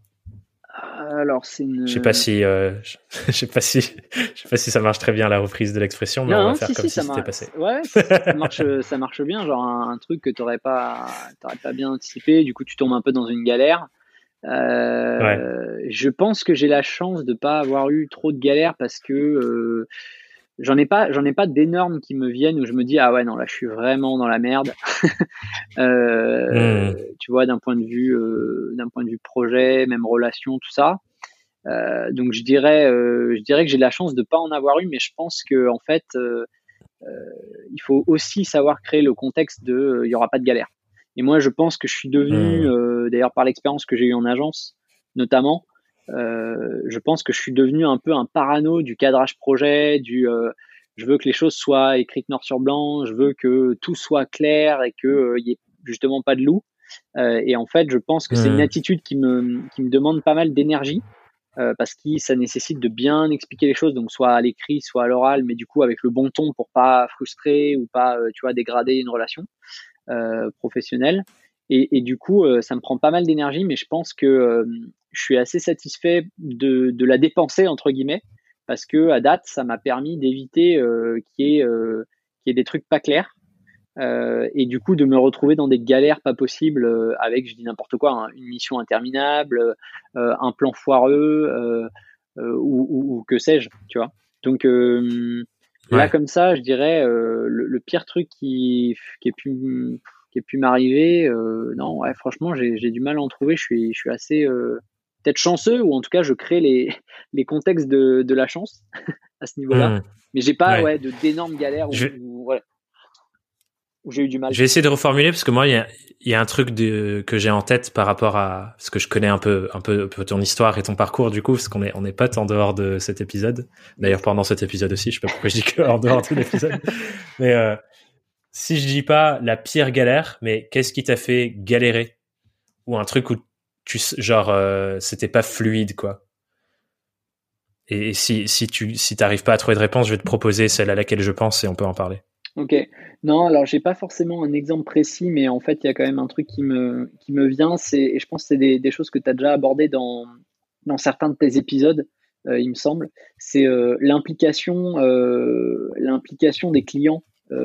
B: Alors c'est
A: Je sais pas
B: une
A: si, je sais pas si, je sais pas si ça marche très bien la reprise de l'expression, mais
B: non,
A: on va
B: non,
A: faire
B: si
A: comme
B: si
A: si
B: ça
A: c'était
B: marche,
A: passé.
B: ouais, ça marche bien, genre un truc que t'aurais pas bien anticipé, du coup tu tombes un peu dans une galère.
A: Ouais.
B: Je pense que j'ai la chance de pas avoir eu trop de galères parce que j'en ai pas d'énormes qui me viennent où je me dis ah ouais non là je suis vraiment dans la merde.
A: Hmm.
B: Tu vois d'un point de vue projet, même relation, tout ça. Donc je dirais que j'ai de la chance de pas en avoir eu, mais je pense que en fait il faut aussi savoir créer le contexte de il y aura pas de galère. Et moi je pense que je suis devenu
A: Hmm.
B: d'ailleurs par l'expérience que j'ai eue en agence notamment, je pense que je suis devenu un peu un parano du cadrage projet, je veux que les choses soient écrites noir sur blanc, je veux que tout soit clair et que y ait justement pas de loup. Et en fait, je pense que c'est une attitude qui me demande pas mal d'énergie parce que ça nécessite de bien expliquer les choses, donc soit à l'écrit, soit à l'oral, mais du coup avec le bon ton pour pas frustrer ou pas, tu vois, dégrader une relation professionnelle. Et du coup, ça me prend pas mal d'énergie, mais je pense que je suis assez satisfait de la dépenser entre guillemets, parce que à date, ça m'a permis d'éviter qu'il y ait des trucs pas clairs. Et du coup de me retrouver dans des galères pas possibles avec, je dis n'importe quoi, hein, une mission interminable, un plan foireux ou que sais-je, tu vois. Donc là comme ça, je dirais le pire truc qui ait pu m'arriver, non, ouais, franchement, j'ai du mal à en trouver. Je suis assez peut-être chanceux, ou en tout cas, je crée les contextes de la chance à ce niveau-là. Mais j'ai pas d'énormes galères où j'ai eu du mal.
A: Je vais essayer de reformuler parce que moi, il y a un truc que j'ai en tête par rapport à parce que je connais un peu ton histoire et ton parcours du coup, parce on est potes en dehors de cet épisode. D'ailleurs, pendant cet épisode aussi, je sais pas pourquoi je dis que en dehors de l'épisode. Mais si je dis pas la pire galère, mais qu'est-ce qui t'a fait galérer, ou un truc où c'était pas fluide quoi. Et si t'arrives pas à trouver de réponse, je vais te proposer celle à laquelle je pense et on peut en parler.
B: Ok. Non, alors j'ai pas forcément un exemple précis, mais en fait, il y a quand même un truc qui me vient. Et je pense que c'est des choses que tu as déjà abordées dans certains de tes épisodes, il me semble. C'est l'implication des clients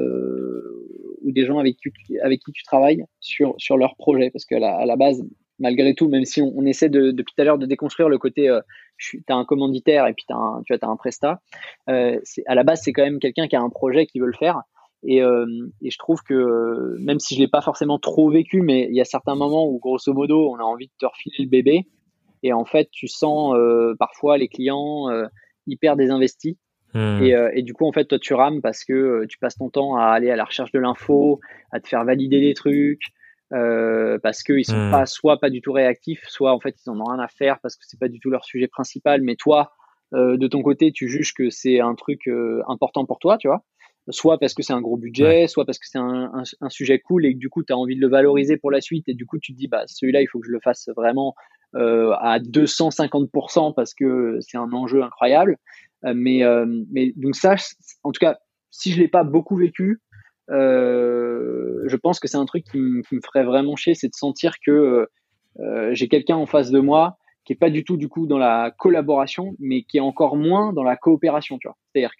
B: ou des gens avec qui tu travailles sur leur projet. Parce à la base, malgré tout, même si on essaie depuis tout à l'heure de déconstruire le côté tu as un commanditaire et puis tu as un prestat, à la base, c'est quand même quelqu'un qui a un projet qui veut le faire. Et je trouve que même si je l'ai pas forcément trop vécu, mais il y a certains moments où grosso modo on a envie de te refiler le bébé, et en fait tu sens parfois les clients hyper désinvestis. Et du coup en fait toi tu rames parce que tu passes ton temps à aller à la recherche de l'info, à te faire valider des trucs, parce qu'ils sont pas du tout réactifs, soit en fait ils en ont rien à faire parce que c'est pas du tout leur sujet principal, mais toi de ton côté tu juges que c'est un truc important pour toi, tu vois, soit parce que c'est un gros budget, soit parce que c'est un sujet cool et que du coup tu as envie de le valoriser pour la suite, et du coup tu te dis bah celui-là il faut que je le fasse vraiment à 250% parce que c'est un enjeu incroyable. Mais donc ça, en tout cas, si je l'ai pas beaucoup vécu, je pense que c'est un truc qui me ferait vraiment chier, c'est de sentir que j'ai quelqu'un en face de moi qui est pas du tout du coup dans la collaboration, mais qui est encore moins dans la coopération, tu vois. C'est-à-dire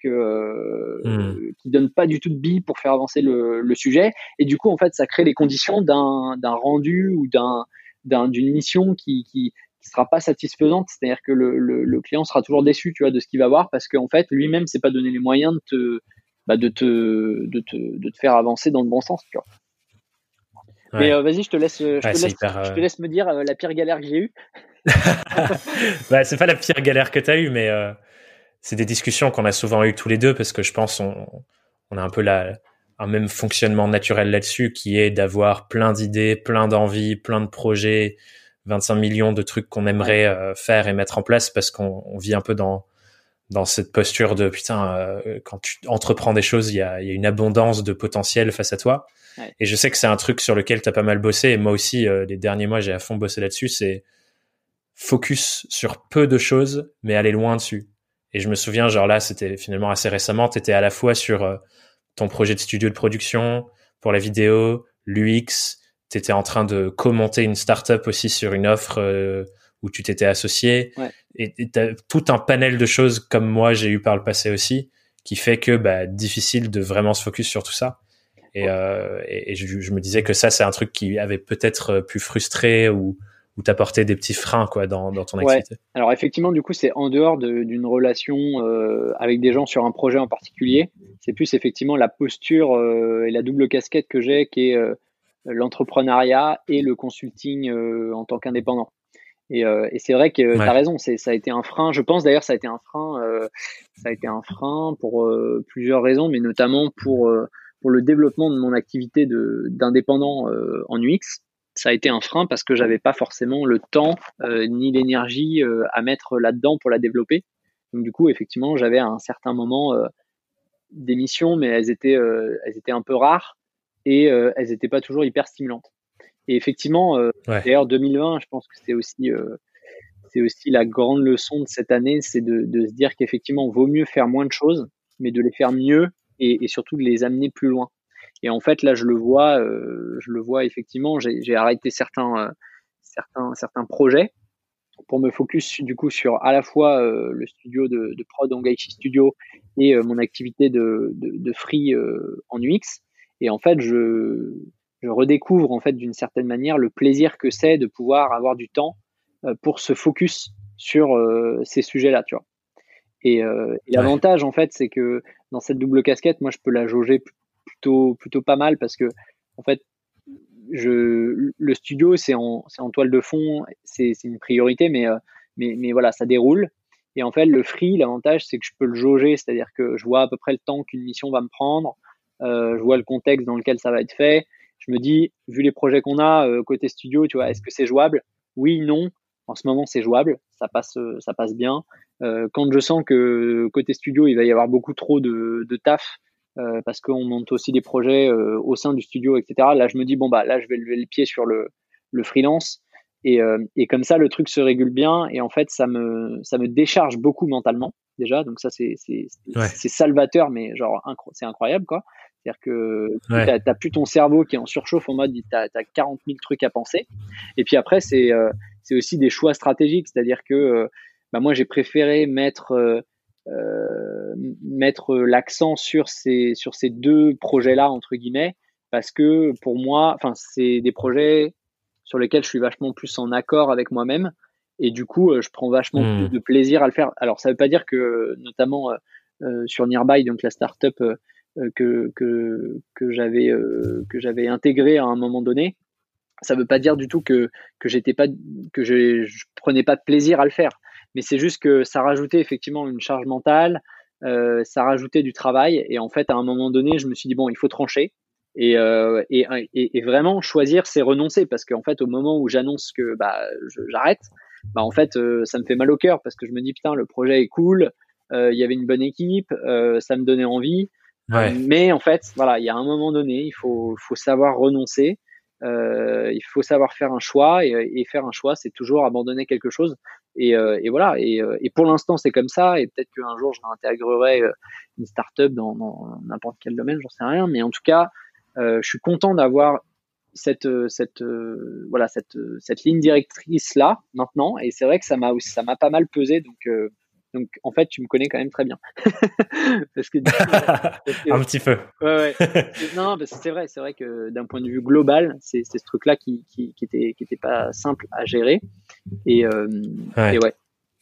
B: que qui donne pas du tout de billes pour faire avancer le sujet, et du coup en fait ça crée les conditions d'un rendu ou d'une mission qui sera pas satisfaisante. C'est-à-dire que le client sera toujours déçu, tu vois, de ce qu'il va voir, parce qu'en fait lui-même s'est pas donné les moyens de te faire avancer dans le bon sens, tu vois. Mais vas-y, je te laisse me dire la pire galère que j'ai eue.
A: Bah, c'est pas la pire galère que t'as eue, mais c'est des discussions qu'on a souvent eues tous les deux, parce que je pense on a un peu un même fonctionnement naturel là-dessus, qui est d'avoir plein d'idées, plein d'envies, plein de projets, 25 millions de trucs qu'on aimerait faire et mettre en place, parce qu'on vit un peu dans cette posture de putain, quand tu entreprends des choses, il y a une abondance de potentiel face à toi. Ouais. Et je sais que c'est un truc sur lequel t'as pas mal bossé, et moi aussi, les derniers mois, j'ai à fond bossé là-dessus. C'est focus sur peu de choses, mais aller loin dessus. Et je me souviens, genre là, c'était finalement assez récemment, t'étais à la fois sur ton projet de studio de production, pour la vidéo, l'UX, t'étais en train de commenter une startup aussi sur une offre où tu t'étais associé. Ouais. Et t'as tout un panel de choses, comme moi j'ai eu par le passé aussi, qui fait que difficile de vraiment se focus sur tout ça. Et je me disais que ça, c'est un truc qui avait peut-être pu frustrer ou t'apporter des petits freins quoi dans ton activité.
B: Alors effectivement, du coup, c'est en dehors d'une relation avec des gens sur un projet en particulier. C'est plus effectivement la posture et la double casquette que j'ai, qui est l'entrepreneuriat et le consulting en tant qu'indépendant. Et c'est vrai que tu as raison, ça a été un frein. Je pense d'ailleurs ça a été un frein pour plusieurs raisons, mais notamment pour le développement de mon activité d'indépendant en UX. Ça a été un frein parce que j'avais pas forcément le temps ni l'énergie à mettre là-dedans pour la développer. Donc du coup, effectivement, j'avais à un certain moment des missions, mais elles étaient un peu rares et elles n'étaient pas toujours hyper stimulantes. Et effectivement, d'ailleurs 2020, je pense que c'est aussi la grande leçon de cette année, c'est de se dire qu'effectivement, vaut mieux faire moins de choses, mais de les faire mieux et surtout de les amener plus loin. Et en fait, là, je le vois effectivement. J'ai arrêté certains projets pour me focus du coup sur à la fois le studio de prod Ongaichi Studio et mon activité de free en UX. Et en fait, je redécouvre en fait d'une certaine manière le plaisir que c'est de pouvoir avoir du temps pour se focus sur ces sujets-là, tu vois. Et l'avantage en fait, c'est que dans cette double casquette, moi, je peux la jauger plutôt pas mal parce que en fait, le studio, c'est en toile de fond, c'est une priorité, mais voilà, ça déroule. Et en fait, le free, l'avantage, c'est que je peux le jauger, c'est-à-dire que je vois à peu près le temps qu'une mission va me prendre, je vois le contexte dans lequel ça va être fait. Je me dis, vu les projets qu'on a côté studio, tu vois, est-ce que c'est jouable? Oui, non. En ce moment, c'est jouable, ça passe bien. Quand je sens que côté studio, il va y avoir beaucoup trop de taf, parce qu'on monte aussi des projets au sein du studio, etc. Là, je me dis, bon, bah, là, je vais lever le pied sur le freelance. Et comme ça, le truc se régule bien. Et en fait, ça me décharge beaucoup mentalement, déjà. Donc, ça, c'est salvateur, mais genre, c'est incroyable, quoi. C'est-à-dire que t'as plus ton cerveau qui est en surchauffe en mode, t'as 40 000 trucs à penser. Et puis après, c'est aussi des choix stratégiques. C'est-à-dire que bah, moi, j'ai préféré mettre l'accent sur ces deux projets-là, entre guillemets, parce que pour moi, enfin, c'est des projets sur lesquels je suis vachement plus en accord avec moi-même et du coup, je prends vachement plus de plaisir à le faire. Alors, ça veut pas dire que, notamment sur Nearby, donc la startup que j'avais intégré à un moment donné, ça veut pas dire du tout que je prenais pas de plaisir à le faire, mais c'est juste que ça rajoutait effectivement une charge mentale, ça rajoutait du travail et en fait à un moment donné je me suis dit bon, il faut trancher et vraiment choisir, c'est renoncer, parce qu'en fait au moment où j'annonce que bah j'arrête, bah en fait ça me fait mal au cœur parce que je me dis putain, le projet est cool, il y avait une bonne équipe, ça me donnait envie. Mais en fait, voilà, il y a un moment donné, il faut savoir renoncer, il faut savoir faire un choix et faire un choix, c'est toujours abandonner quelque chose. Et voilà. Et pour l'instant, c'est comme ça. Et peut-être qu'un jour, je réintégrerai une startup dans n'importe quel domaine, j'en sais rien. Mais en tout cas, je suis content d'avoir cette ligne directrice là maintenant. Et c'est vrai que ça m'a pas mal pesé. Donc, en fait, tu me connais quand même très bien. parce que,
A: un petit peu.
B: Ouais. Non, parce que c'est vrai que d'un point de vue global, c'est ce truc-là qui était pas simple à gérer. Et ouais.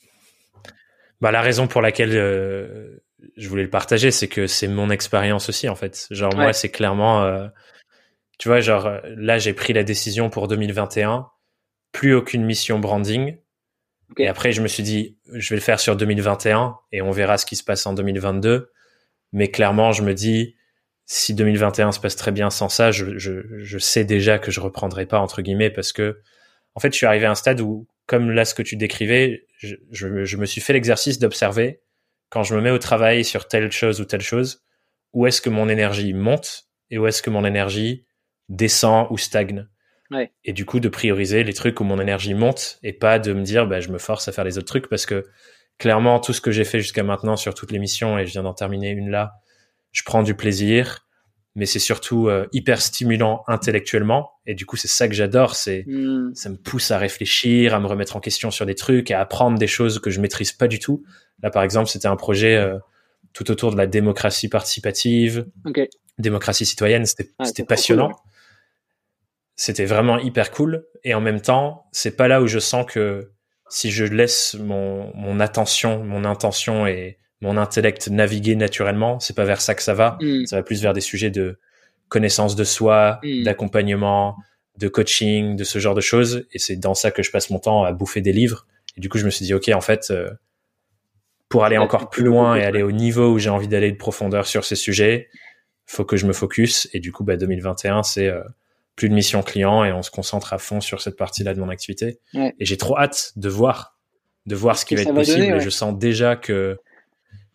A: Bah, la raison pour laquelle je voulais le partager, c'est que c'est mon expérience aussi, en fait. Genre, moi, c'est clairement, tu vois, genre, là, j'ai pris la décision pour 2021, plus aucune mission branding. Okay. Et après, je me suis dit, je vais le faire sur 2021 et on verra ce qui se passe en 2022. Mais clairement, je me dis, si 2021 se passe très bien sans ça, je sais déjà que je reprendrai pas, entre guillemets, parce que, en fait, je suis arrivé à un stade où, comme là, ce que tu décrivais, je me suis fait l'exercice d'observer, quand je me mets au travail sur telle chose ou telle chose, où est-ce que mon énergie monte et où est-ce que mon énergie descend ou stagne.
B: Ouais.
A: Et du coup, de prioriser les trucs où mon énergie monte et pas de me dire, bah, je me force à faire les autres trucs, parce que clairement, tout ce que j'ai fait jusqu'à maintenant sur toutes les missions, et je viens d'en terminer une là, je prends du plaisir, mais c'est surtout hyper stimulant intellectuellement. Et du coup, c'est ça que j'adore, ça me pousse à réfléchir, à me remettre en question sur des trucs, à apprendre des choses que je maîtrise pas du tout. Là, par exemple, c'était un projet tout autour de la démocratie participative, démocratie citoyenne, c'était passionnant. Cool, ouais. C'était vraiment hyper cool. Et en même temps, c'est pas là où je sens que si je laisse mon attention, mon intention et mon intellect naviguer naturellement, c'est pas vers ça que ça va. Ça va plus vers des sujets de connaissance de soi, d'accompagnement, de coaching, de ce genre de choses. Et c'est dans ça que je passe mon temps à bouffer des livres. Et du coup, je me suis dit, OK, en fait, pour aller encore plus loin et aller au niveau où j'ai envie d'aller de profondeur sur ces sujets, faut que je me focus. Et du coup, 2021, c'est plus de mission client et on se concentre à fond sur cette partie-là de mon activité. Ouais. Et j'ai trop hâte de voir ce qui va être possible. Donner, ouais. Et je sens déjà que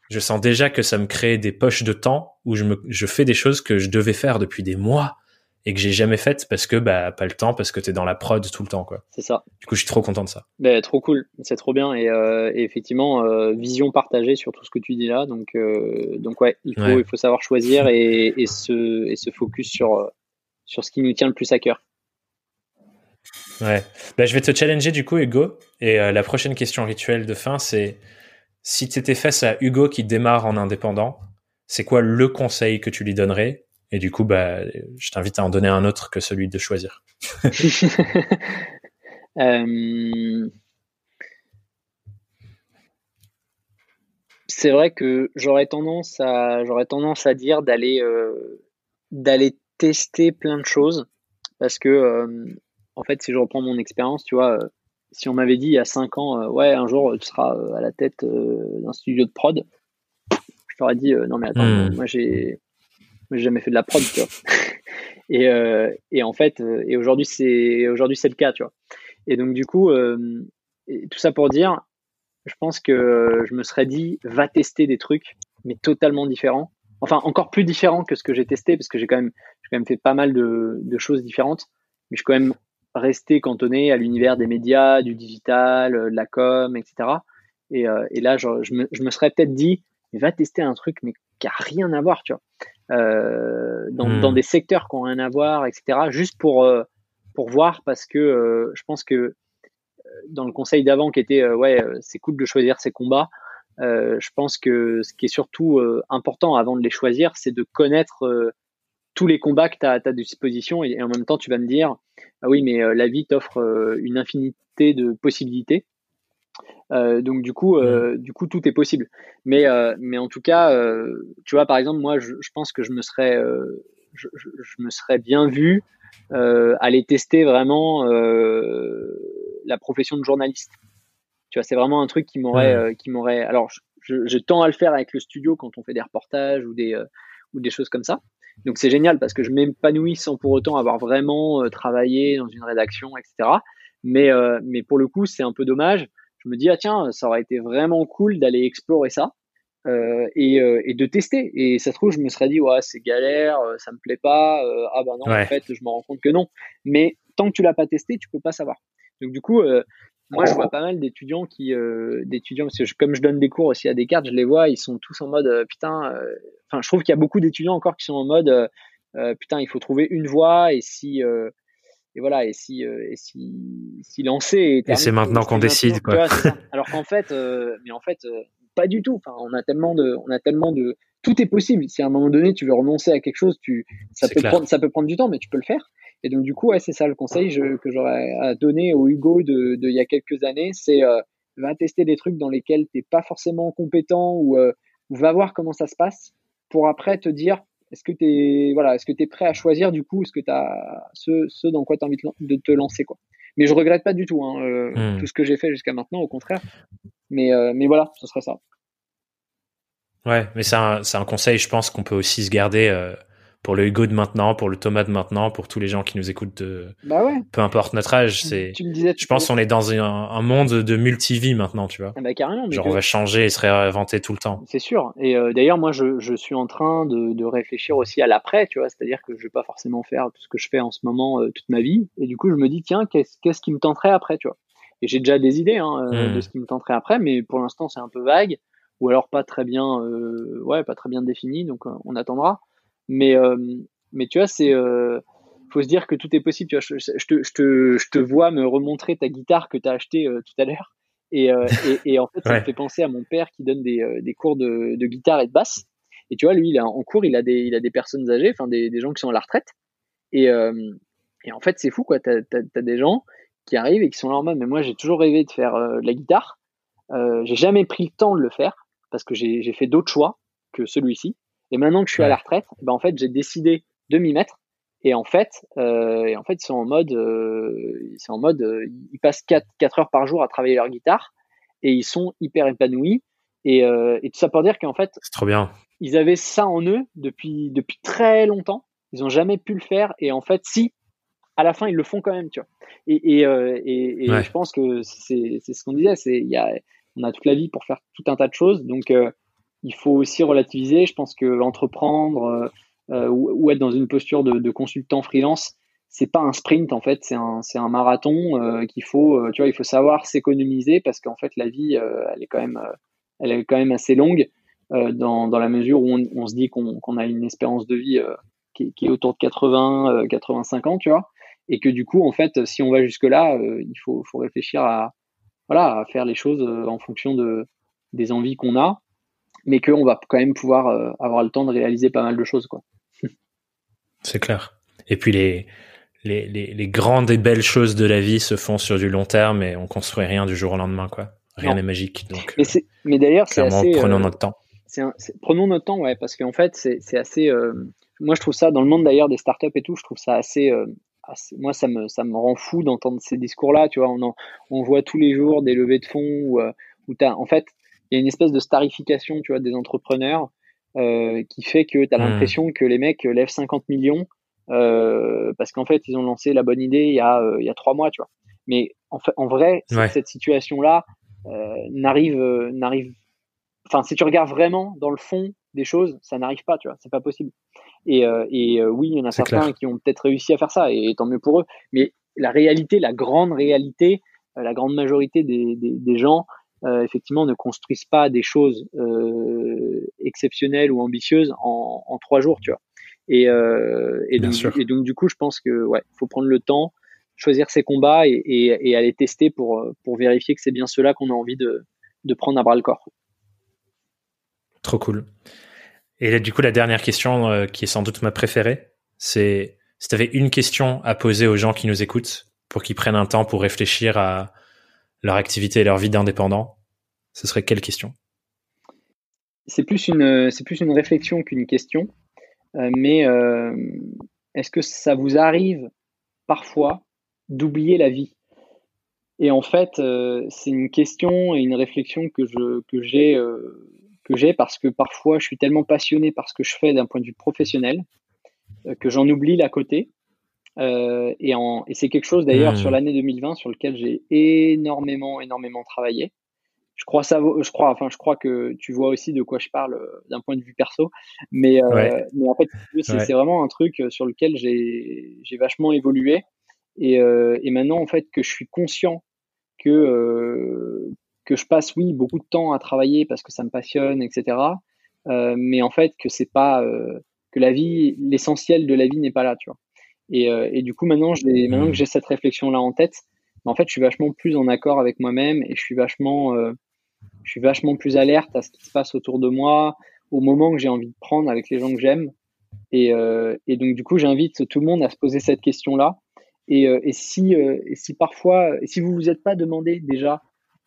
A: Je sens déjà que ça me crée des poches de temps où je fais des choses que je devais faire depuis des mois et que j'ai jamais faites parce que pas le temps, parce que t'es dans la prod tout le temps, quoi.
B: C'est ça.
A: Du coup, je suis trop content de ça.
B: Trop cool, c'est trop bien et effectivement vision partagée sur tout ce que tu dis là. Donc ouais, il faut savoir choisir et se focus sur ce qui nous tient le plus à cœur.
A: Ouais. Je vais te challenger du coup, Hugo. Et la prochaine question rituelle de fin, c'est si tu étais face à Hugo qui démarre en indépendant, c'est quoi le conseil que tu lui donnerais? Et du coup, je t'invite à en donner un autre que celui de choisir.
B: C'est vrai que j'aurais tendance à dire d'aller tester plein de choses parce que en fait, si je reprends mon expérience, tu vois, si on m'avait dit il y a 5 ans, ouais, un jour tu seras à la tête d'un studio de prod, je t'aurais dit non mais attends, moi j'ai jamais fait de la prod, tu vois. et en fait, et aujourd'hui c'est le cas, tu vois. Et donc du coup, tout ça pour dire, je pense que je me serais dit va tester des trucs, mais totalement différents. Enfin, encore plus différents que ce que j'ai testé, parce que j'ai quand même fait pas mal de choses différentes, mais je suis quand même resté cantonné à l'univers des médias, du digital, de la com, etc. Et là, je me serais peut-être dit, va tester un truc, mais qui a rien à voir, tu vois, dans des secteurs qui ont rien à voir, etc. Juste pour voir, parce que je pense que dans le conseil d'avant qui était c'est cool de choisir ses combats. Je pense que ce qui est surtout important avant de les choisir, c'est de connaître tous les combats que tu as à ta disposition et en même temps tu vas me dire ah oui mais la vie t'offre une infinité de possibilités. Donc du coup tout est possible. Mais en tout cas, tu vois par exemple moi je pense que je me serais bien vu aller tester vraiment la profession de journaliste. Tu vois, c'est vraiment un truc qui m'aurait. Alors, je tends à le faire avec le studio quand on fait des reportages ou des choses comme ça. Donc, c'est génial parce que je m'épanouis sans pour autant avoir vraiment travaillé dans une rédaction, etc. Mais pour le coup, c'est un peu dommage. Je me dis, ah tiens, ça aurait été vraiment cool d'aller explorer ça et de tester. Et ça se trouve, je me serais dit, ouais, c'est galère, ça me plaît pas. Ah bah non, en fait, je me rends compte que non. Mais tant que tu l'as pas testé, tu peux pas savoir. Donc, du coup, moi, je vois pas mal d'étudiants parce que comme je donne des cours aussi à Descartes, je les vois, ils sont tous en mode putain. Enfin, je trouve qu'il y a beaucoup d'étudiants encore qui sont en mode putain, il faut trouver une voie et voilà, et si lancer
A: et c'est maintenant qu'on décide, quoi.
B: Tu vois, c'est ça. Alors qu'en fait, pas du tout. Enfin, on a tellement de, tout est possible. Si à un moment donné tu veux renoncer à quelque chose, ça peut prendre du temps, mais tu peux le faire. Et donc du coup, ouais, c'est ça le conseil que j'aurais à donner au Hugo de il y a quelques années, c'est va tester des trucs dans lesquels t'es pas forcément compétent ou va voir comment ça se passe pour après te dire est-ce que t'es prêt à choisir du coup, est-ce que t'as ce dans quoi t'as envie de te lancer, quoi. Mais je regrette pas du tout tout ce que j'ai fait jusqu'à maintenant, au contraire. Mais voilà, ce serait ça.
A: Ouais, mais c'est un conseil, je pense qu'on peut aussi se garder pour le Hugo de maintenant, pour le Thomas de maintenant, pour tous les gens qui nous écoutent
B: Bah ouais.
A: peu importe notre âge.
B: Tu me disais.
A: Je pense qu'on est dans un monde de multivie maintenant, tu vois.
B: Ah bah carrément.
A: Genre on va changer et se réinventer tout le temps.
B: C'est sûr. Et d'ailleurs, moi, je suis en train de réfléchir aussi à l'après, tu vois. C'est-à-dire que je vais pas forcément faire tout ce que je fais en ce moment toute ma vie. Et du coup, je me dis, tiens, qu'est-ce qui me tenterait après, tu vois. Et j'ai déjà des idées de ce qui me tenterait après, mais pour l'instant, c'est un peu vague, ou alors pas très bien, pas très bien défini. Donc, on attendra. Mais tu vois, faut se dire que tout est possible. Tu vois, je te vois me remontrer ta guitare que tu as achetée tout à l'heure. Et en fait, ça me fait penser à mon père qui donne des cours de guitare et de basse. Et tu vois, lui, en cours, il a des personnes âgées, enfin des gens qui sont à la retraite. Et en fait, c'est fou, quoi. T'as des gens qui arrivent et qui sont là en mode, mais moi, j'ai toujours rêvé de faire de la guitare. J'ai jamais pris le temps de le faire parce que j'ai fait d'autres choix que celui-ci. Et maintenant que je suis à la retraite, ben en fait, j'ai décidé de m'y mettre. Et en fait, ils sont en mode, ils passent 4 heures par jour à travailler leur guitare et ils sont hyper épanouis. Et tout ça pour dire qu'en fait,
A: c'est trop bien.
B: Ils avaient ça en eux depuis très longtemps. Ils ont jamais pu le faire. Et en fait, si, à la fin, ils le font quand même, tu vois. Et je pense que c'est ce qu'on disait. On a toute la vie pour faire tout un tas de choses. Donc il faut aussi relativiser. Je pense que entreprendre ou être dans une posture de consultant freelance, c'est pas un sprint en fait, c'est un marathon qu'il faut, tu vois, il faut savoir s'économiser parce qu'en fait la vie, elle est quand même assez longue dans la mesure où on se dit qu'on a une espérance de vie qui est autour de 85 ans, tu vois, et que du coup en fait, si on va jusque là, il faut réfléchir à voilà à faire les choses en fonction des envies qu'on a, mais qu'on va quand même pouvoir avoir le temps de réaliser pas mal de choses, quoi.
A: C'est clair. Et puis les grandes et belles choses de la vie se font sur du long terme et on construit rien du jour au lendemain, quoi. Rien n'est magique. Donc,
B: mais d'ailleurs, c'est
A: clairement,
B: assez.
A: prenons notre temps.
B: Prenons notre temps, ouais, parce qu'en fait, c'est assez. Moi, je trouve ça, dans le monde d'ailleurs des startups et tout, je trouve ça moi, ça me rend fou d'entendre ces discours-là. Tu vois, on voit tous les jours des levées de fonds où en fait, il y a une espèce de starification, tu vois, des entrepreneurs qui fait que tu as l'impression que les mecs lèvent 50 millions parce qu'en fait, ils ont lancé la bonne idée il y a 3 mois, tu vois. Mais en vrai, cette situation-là n'arrive. Enfin, si tu regardes vraiment dans le fond des choses, ça n'arrive pas, tu vois, c'est pas possible. Et oui, il y en a certains qui ont peut-être réussi à faire ça, et tant mieux pour eux. Mais la réalité, la grande réalité, la grande majorité des gens, effectivement, ne construisent pas des choses exceptionnelles ou ambitieuses en 3 jours, tu vois. Et donc, du coup, je pense que ouais, faut prendre le temps, choisir ses combats et aller tester pour vérifier que c'est bien cela qu'on a envie de prendre à bras le corps.
A: Trop cool. Et là, du coup, la dernière question, qui est sans doute ma préférée, c'est si tu avais une question à poser aux gens qui nous écoutent pour qu'ils prennent un temps pour réfléchir à leur activité et leur vie d'indépendant, ce serait quelle question?
B: C'est plus une réflexion qu'une question, mais est-ce que ça vous arrive parfois d'oublier la vie? Et en fait, c'est une question et une réflexion que j'ai parce que parfois je suis tellement passionné par ce que je fais d'un point de vue professionnel que j'en oublie l'à côté. Et c'est quelque chose d'ailleurs sur l'année 2020 sur lequel j'ai énormément travaillé. Je crois que tu vois aussi de quoi je parle d'un point de vue perso, mais en fait c'est vraiment un truc sur lequel j'ai vachement évolué et maintenant en fait que je suis conscient que je passe beaucoup de temps à travailler parce que ça me passionne, etc. Mais en fait que c'est pas que l'essentiel de la vie n'est pas là, tu vois. Et du coup maintenant que j'ai cette réflexion là en tête, en fait je suis vachement plus en accord avec moi-même et je suis vachement plus alerte à ce qui se passe autour de moi, au moment que j'ai envie de prendre avec les gens que j'aime. Et donc, du coup, j'invite tout le monde à se poser cette question-là. Et si parfois, si vous vous êtes pas demandé déjà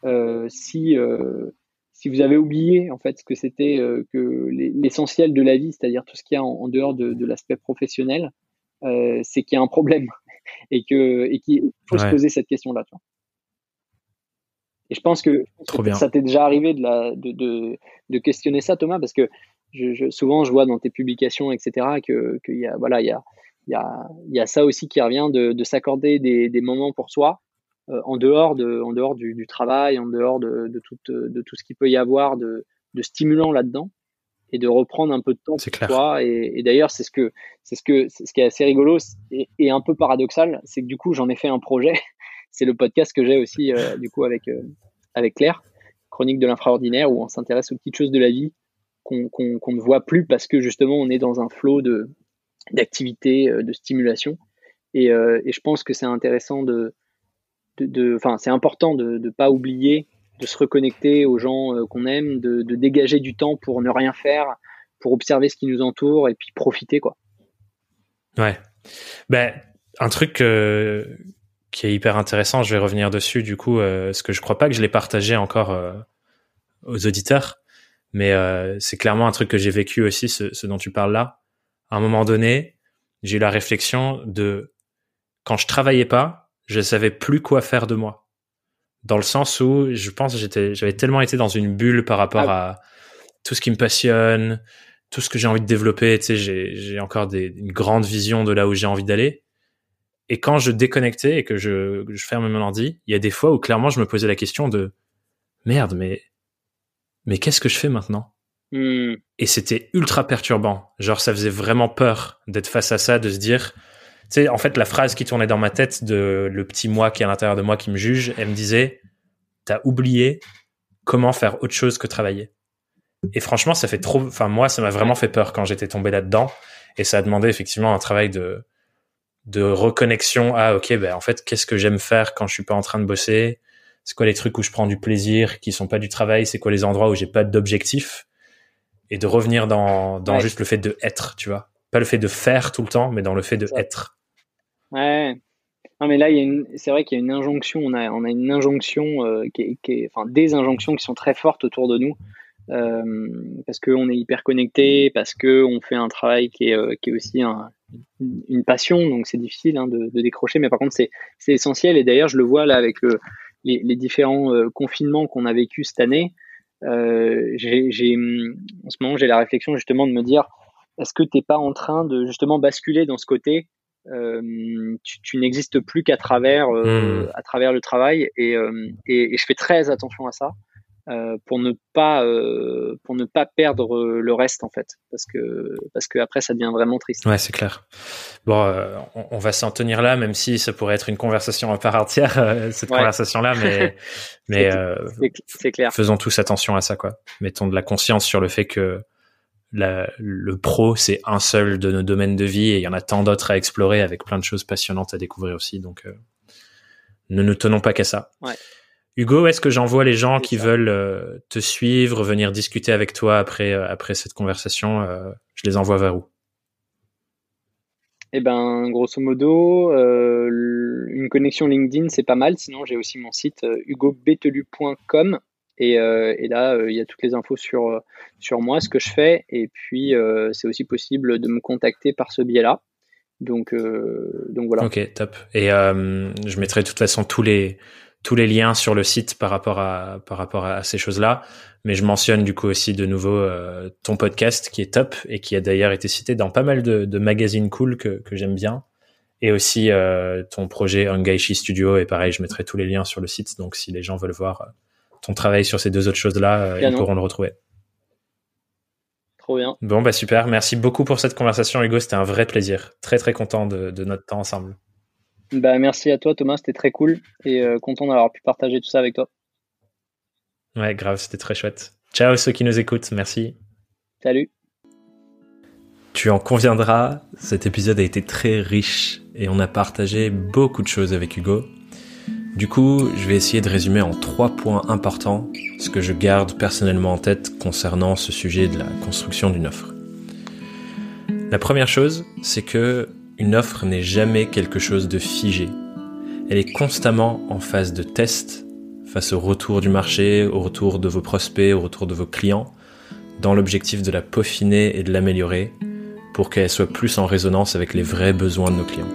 B: si vous avez oublié en fait ce que c'était que l'essentiel de la vie, c'est-à-dire tout ce qu'il y a en dehors de l'aspect professionnel, c'est qu'il y a un problème et qu'il faut se poser cette question-là. Tu vois. Et je pense que ça t'est déjà arrivé de questionner ça, Thomas, parce que souvent je vois dans tes publications, etc., qu'il y a, voilà, il y a ça aussi qui revient de s'accorder des moments pour soi, en dehors du travail, en dehors de tout ce qu'il peut y avoir de stimulant là-dedans, et de reprendre un peu de temps pour soi. Et d'ailleurs, c'est ce qui est assez rigolo et un peu paradoxal, c'est que du coup, j'en ai fait un projet. C'est le podcast que j'ai aussi du coup avec Claire, Chronique de l'infraordinaire, où on s'intéresse aux petites choses de la vie qu'on ne voit plus parce que justement on est dans un flot d'activité, de stimulation. Et je pense que c'est intéressant c'est important de ne pas oublier de se reconnecter aux gens qu'on aime, de dégager du temps pour ne rien faire, pour observer ce qui nous entoure et puis profiter, quoi.
A: Ouais. Ben, un truc qui est hyper intéressant, je vais revenir dessus du coup, parce que je crois pas que je l'ai partagé encore aux auditeurs, mais c'est clairement un truc que j'ai vécu aussi, ce dont tu parles là. À un moment donné, j'ai eu la réflexion de quand je travaillais pas, je savais plus quoi faire de moi. Dans le sens où je pense que j'avais tellement été dans une bulle par rapport à tout ce qui me passionne, tout ce que j'ai envie de développer. Tu sais, j'ai encore une grande vision de là où j'ai envie d'aller. Et quand je déconnectais et que je ferme mon ordi, il y a des fois où clairement je me posais la question de merde, mais qu'est-ce que je fais maintenant? Et c'était ultra perturbant. Genre, ça faisait vraiment peur d'être face à ça, de se dire... Tu sais, en fait, la phrase qui tournait dans ma tête de le petit moi qui est à l'intérieur de moi qui me juge, elle me disait « T'as oublié comment faire autre chose que travailler. » Et franchement, ça fait trop... Enfin, moi, ça m'a vraiment fait peur quand j'étais tombé là-dedans. Et ça a demandé effectivement un travail de reconnexion à, OK, ben, en fait, qu'est-ce que j'aime faire quand je suis pas en train de bosser? C'est quoi les trucs où je prends du plaisir, qui sont pas du travail? C'est quoi les endroits où j'ai pas d'objectif? Et de revenir dans juste le fait de être, tu vois. Pas le fait de faire tout le temps, mais dans le fait de être.
B: Ouais. Non, mais là, c'est vrai qu'il y a une injonction. On a une injonction enfin, des injonctions qui sont très fortes autour de nous, parce qu'on est hyper connecté, parce que on fait un travail qui est aussi une passion. Donc c'est difficile de décrocher. Mais par contre, c'est essentiel. Et d'ailleurs, je le vois là avec les différents confinements qu'on a vécu cette année. En ce moment, j'ai la réflexion justement de me dire, est-ce que t'es pas en train de justement basculer dans ce côté? Tu n'existes plus qu'à travers le travail, et je fais très attention à ça, pour ne pas perdre le reste, en fait, parce que après ça devient vraiment triste.
A: Ouais, c'est clair. Bon, on va s'en tenir là, même si ça pourrait être une conversation à part entière, cette conversation-là, mais
B: c'est clair.
A: Faisons tous attention à ça, quoi. Mettons de la conscience sur le fait que le pro, c'est un seul de nos domaines de vie, et il y en a tant d'autres à explorer avec plein de choses passionnantes à découvrir aussi. Donc, ne nous tenons pas qu'à ça.
B: Ouais.
A: Hugo, est-ce que j'envoie les gens qui veulent te suivre, venir discuter avec toi après cette conversation? Je les envoie vers où?
B: Eh ben, grosso modo, une connexion LinkedIn, c'est pas mal. Sinon, j'ai aussi mon site hugobetelu.com. Et là, il y a toutes les infos sur moi, ce que je fais. Et puis, c'est aussi possible de me contacter par ce biais-là. Donc voilà.
A: Ok, top. Et je mettrai de toute façon tous les liens sur le site par rapport à ces choses-là. Mais je mentionne du coup aussi de nouveau ton podcast qui est top et qui a d'ailleurs été cité dans pas mal de magazines cool que j'aime bien. Et aussi ton projet Ungaishi Studio. Et pareil, je mettrai tous les liens sur le site. Donc si les gens veulent voir ton travail sur ces deux autres choses-là, ils pourront le retrouver.
B: Trop bien.
A: Bon, bah super. Merci beaucoup pour cette conversation, Hugo. C'était un vrai plaisir. Très, très content de notre temps ensemble.
B: Bah, merci à toi, Thomas. C'était très cool. Et content d'avoir pu partager tout ça avec toi.
A: Ouais, grave. C'était très chouette. Ciao, ceux qui nous écoutent. Merci.
B: Salut.
A: Tu en conviendras, cet épisode a été très riche et on a partagé beaucoup de choses avec Hugo. Du coup, je vais essayer de résumer en 3 points importants ce que je garde personnellement en tête concernant ce sujet de la construction d'une offre. La première chose, c'est que une offre n'est jamais quelque chose de figé. Elle est constamment en phase de test, face au retour du marché, au retour de vos prospects, au retour de vos clients, dans l'objectif de la peaufiner et de l'améliorer pour qu'elle soit plus en résonance avec les vrais besoins de nos clients.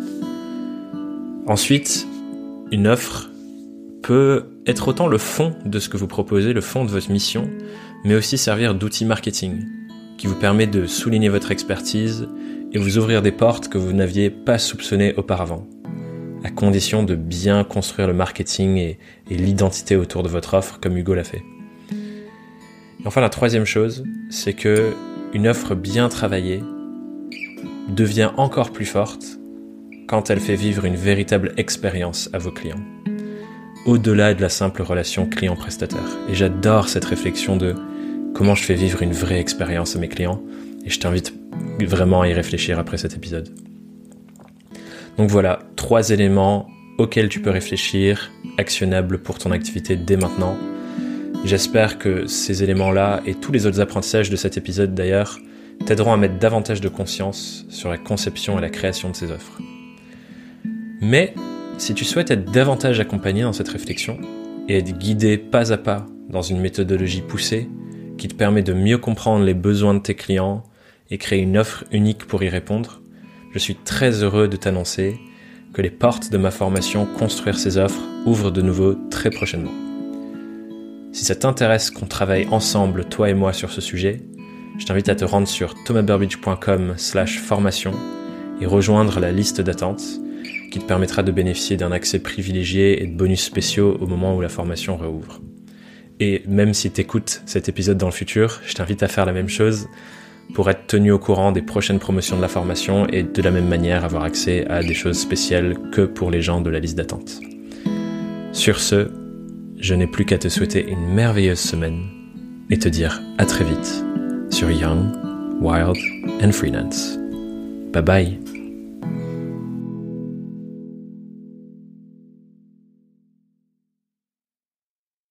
A: Ensuite, une offre peut être autant le fond de ce que vous proposez, le fond de votre mission, mais aussi servir d'outil marketing qui vous permet de souligner votre expertise et vous ouvrir des portes que vous n'aviez pas soupçonnées auparavant, à condition de bien construire le marketing et l'identité autour de votre offre comme Hugo l'a fait. Et enfin, la troisième chose, c'est que une offre bien travaillée devient encore plus forte quand elle fait vivre une véritable expérience à vos clients, au-delà de la simple relation client-prestataire. Et j'adore cette réflexion de comment je fais vivre une vraie expérience à mes clients, et je t'invite vraiment à y réfléchir après cet épisode. Donc voilà, 3 éléments auxquels tu peux réfléchir, actionnables pour ton activité dès maintenant. J'espère que ces éléments-là, et tous les autres apprentissages de cet épisode d'ailleurs, t'aideront à mettre davantage de conscience sur la conception et la création de ces offres. Mais si tu souhaites être davantage accompagné dans cette réflexion et être guidé pas à pas dans une méthodologie poussée qui te permet de mieux comprendre les besoins de tes clients et créer une offre unique pour y répondre, je suis très heureux de t'annoncer que les portes de ma formation Construire ses offres ouvrent de nouveau très prochainement. Si ça t'intéresse qu'on travaille ensemble, toi et moi, sur ce sujet, je t'invite à te rendre sur thomasburbidge.com/formation et rejoindre la liste d'attente qui te permettra de bénéficier d'un accès privilégié et de bonus spéciaux au moment où la formation rouvre. Et même si tu écoutes cet épisode dans le futur, je t'invite à faire la même chose pour être tenu au courant des prochaines promotions de la formation et de la même manière avoir accès à des choses spéciales que pour les gens de la liste d'attente. Sur ce, je n'ai plus qu'à te souhaiter une merveilleuse semaine et te dire à très vite sur Young, Wild and Freelance. Bye bye.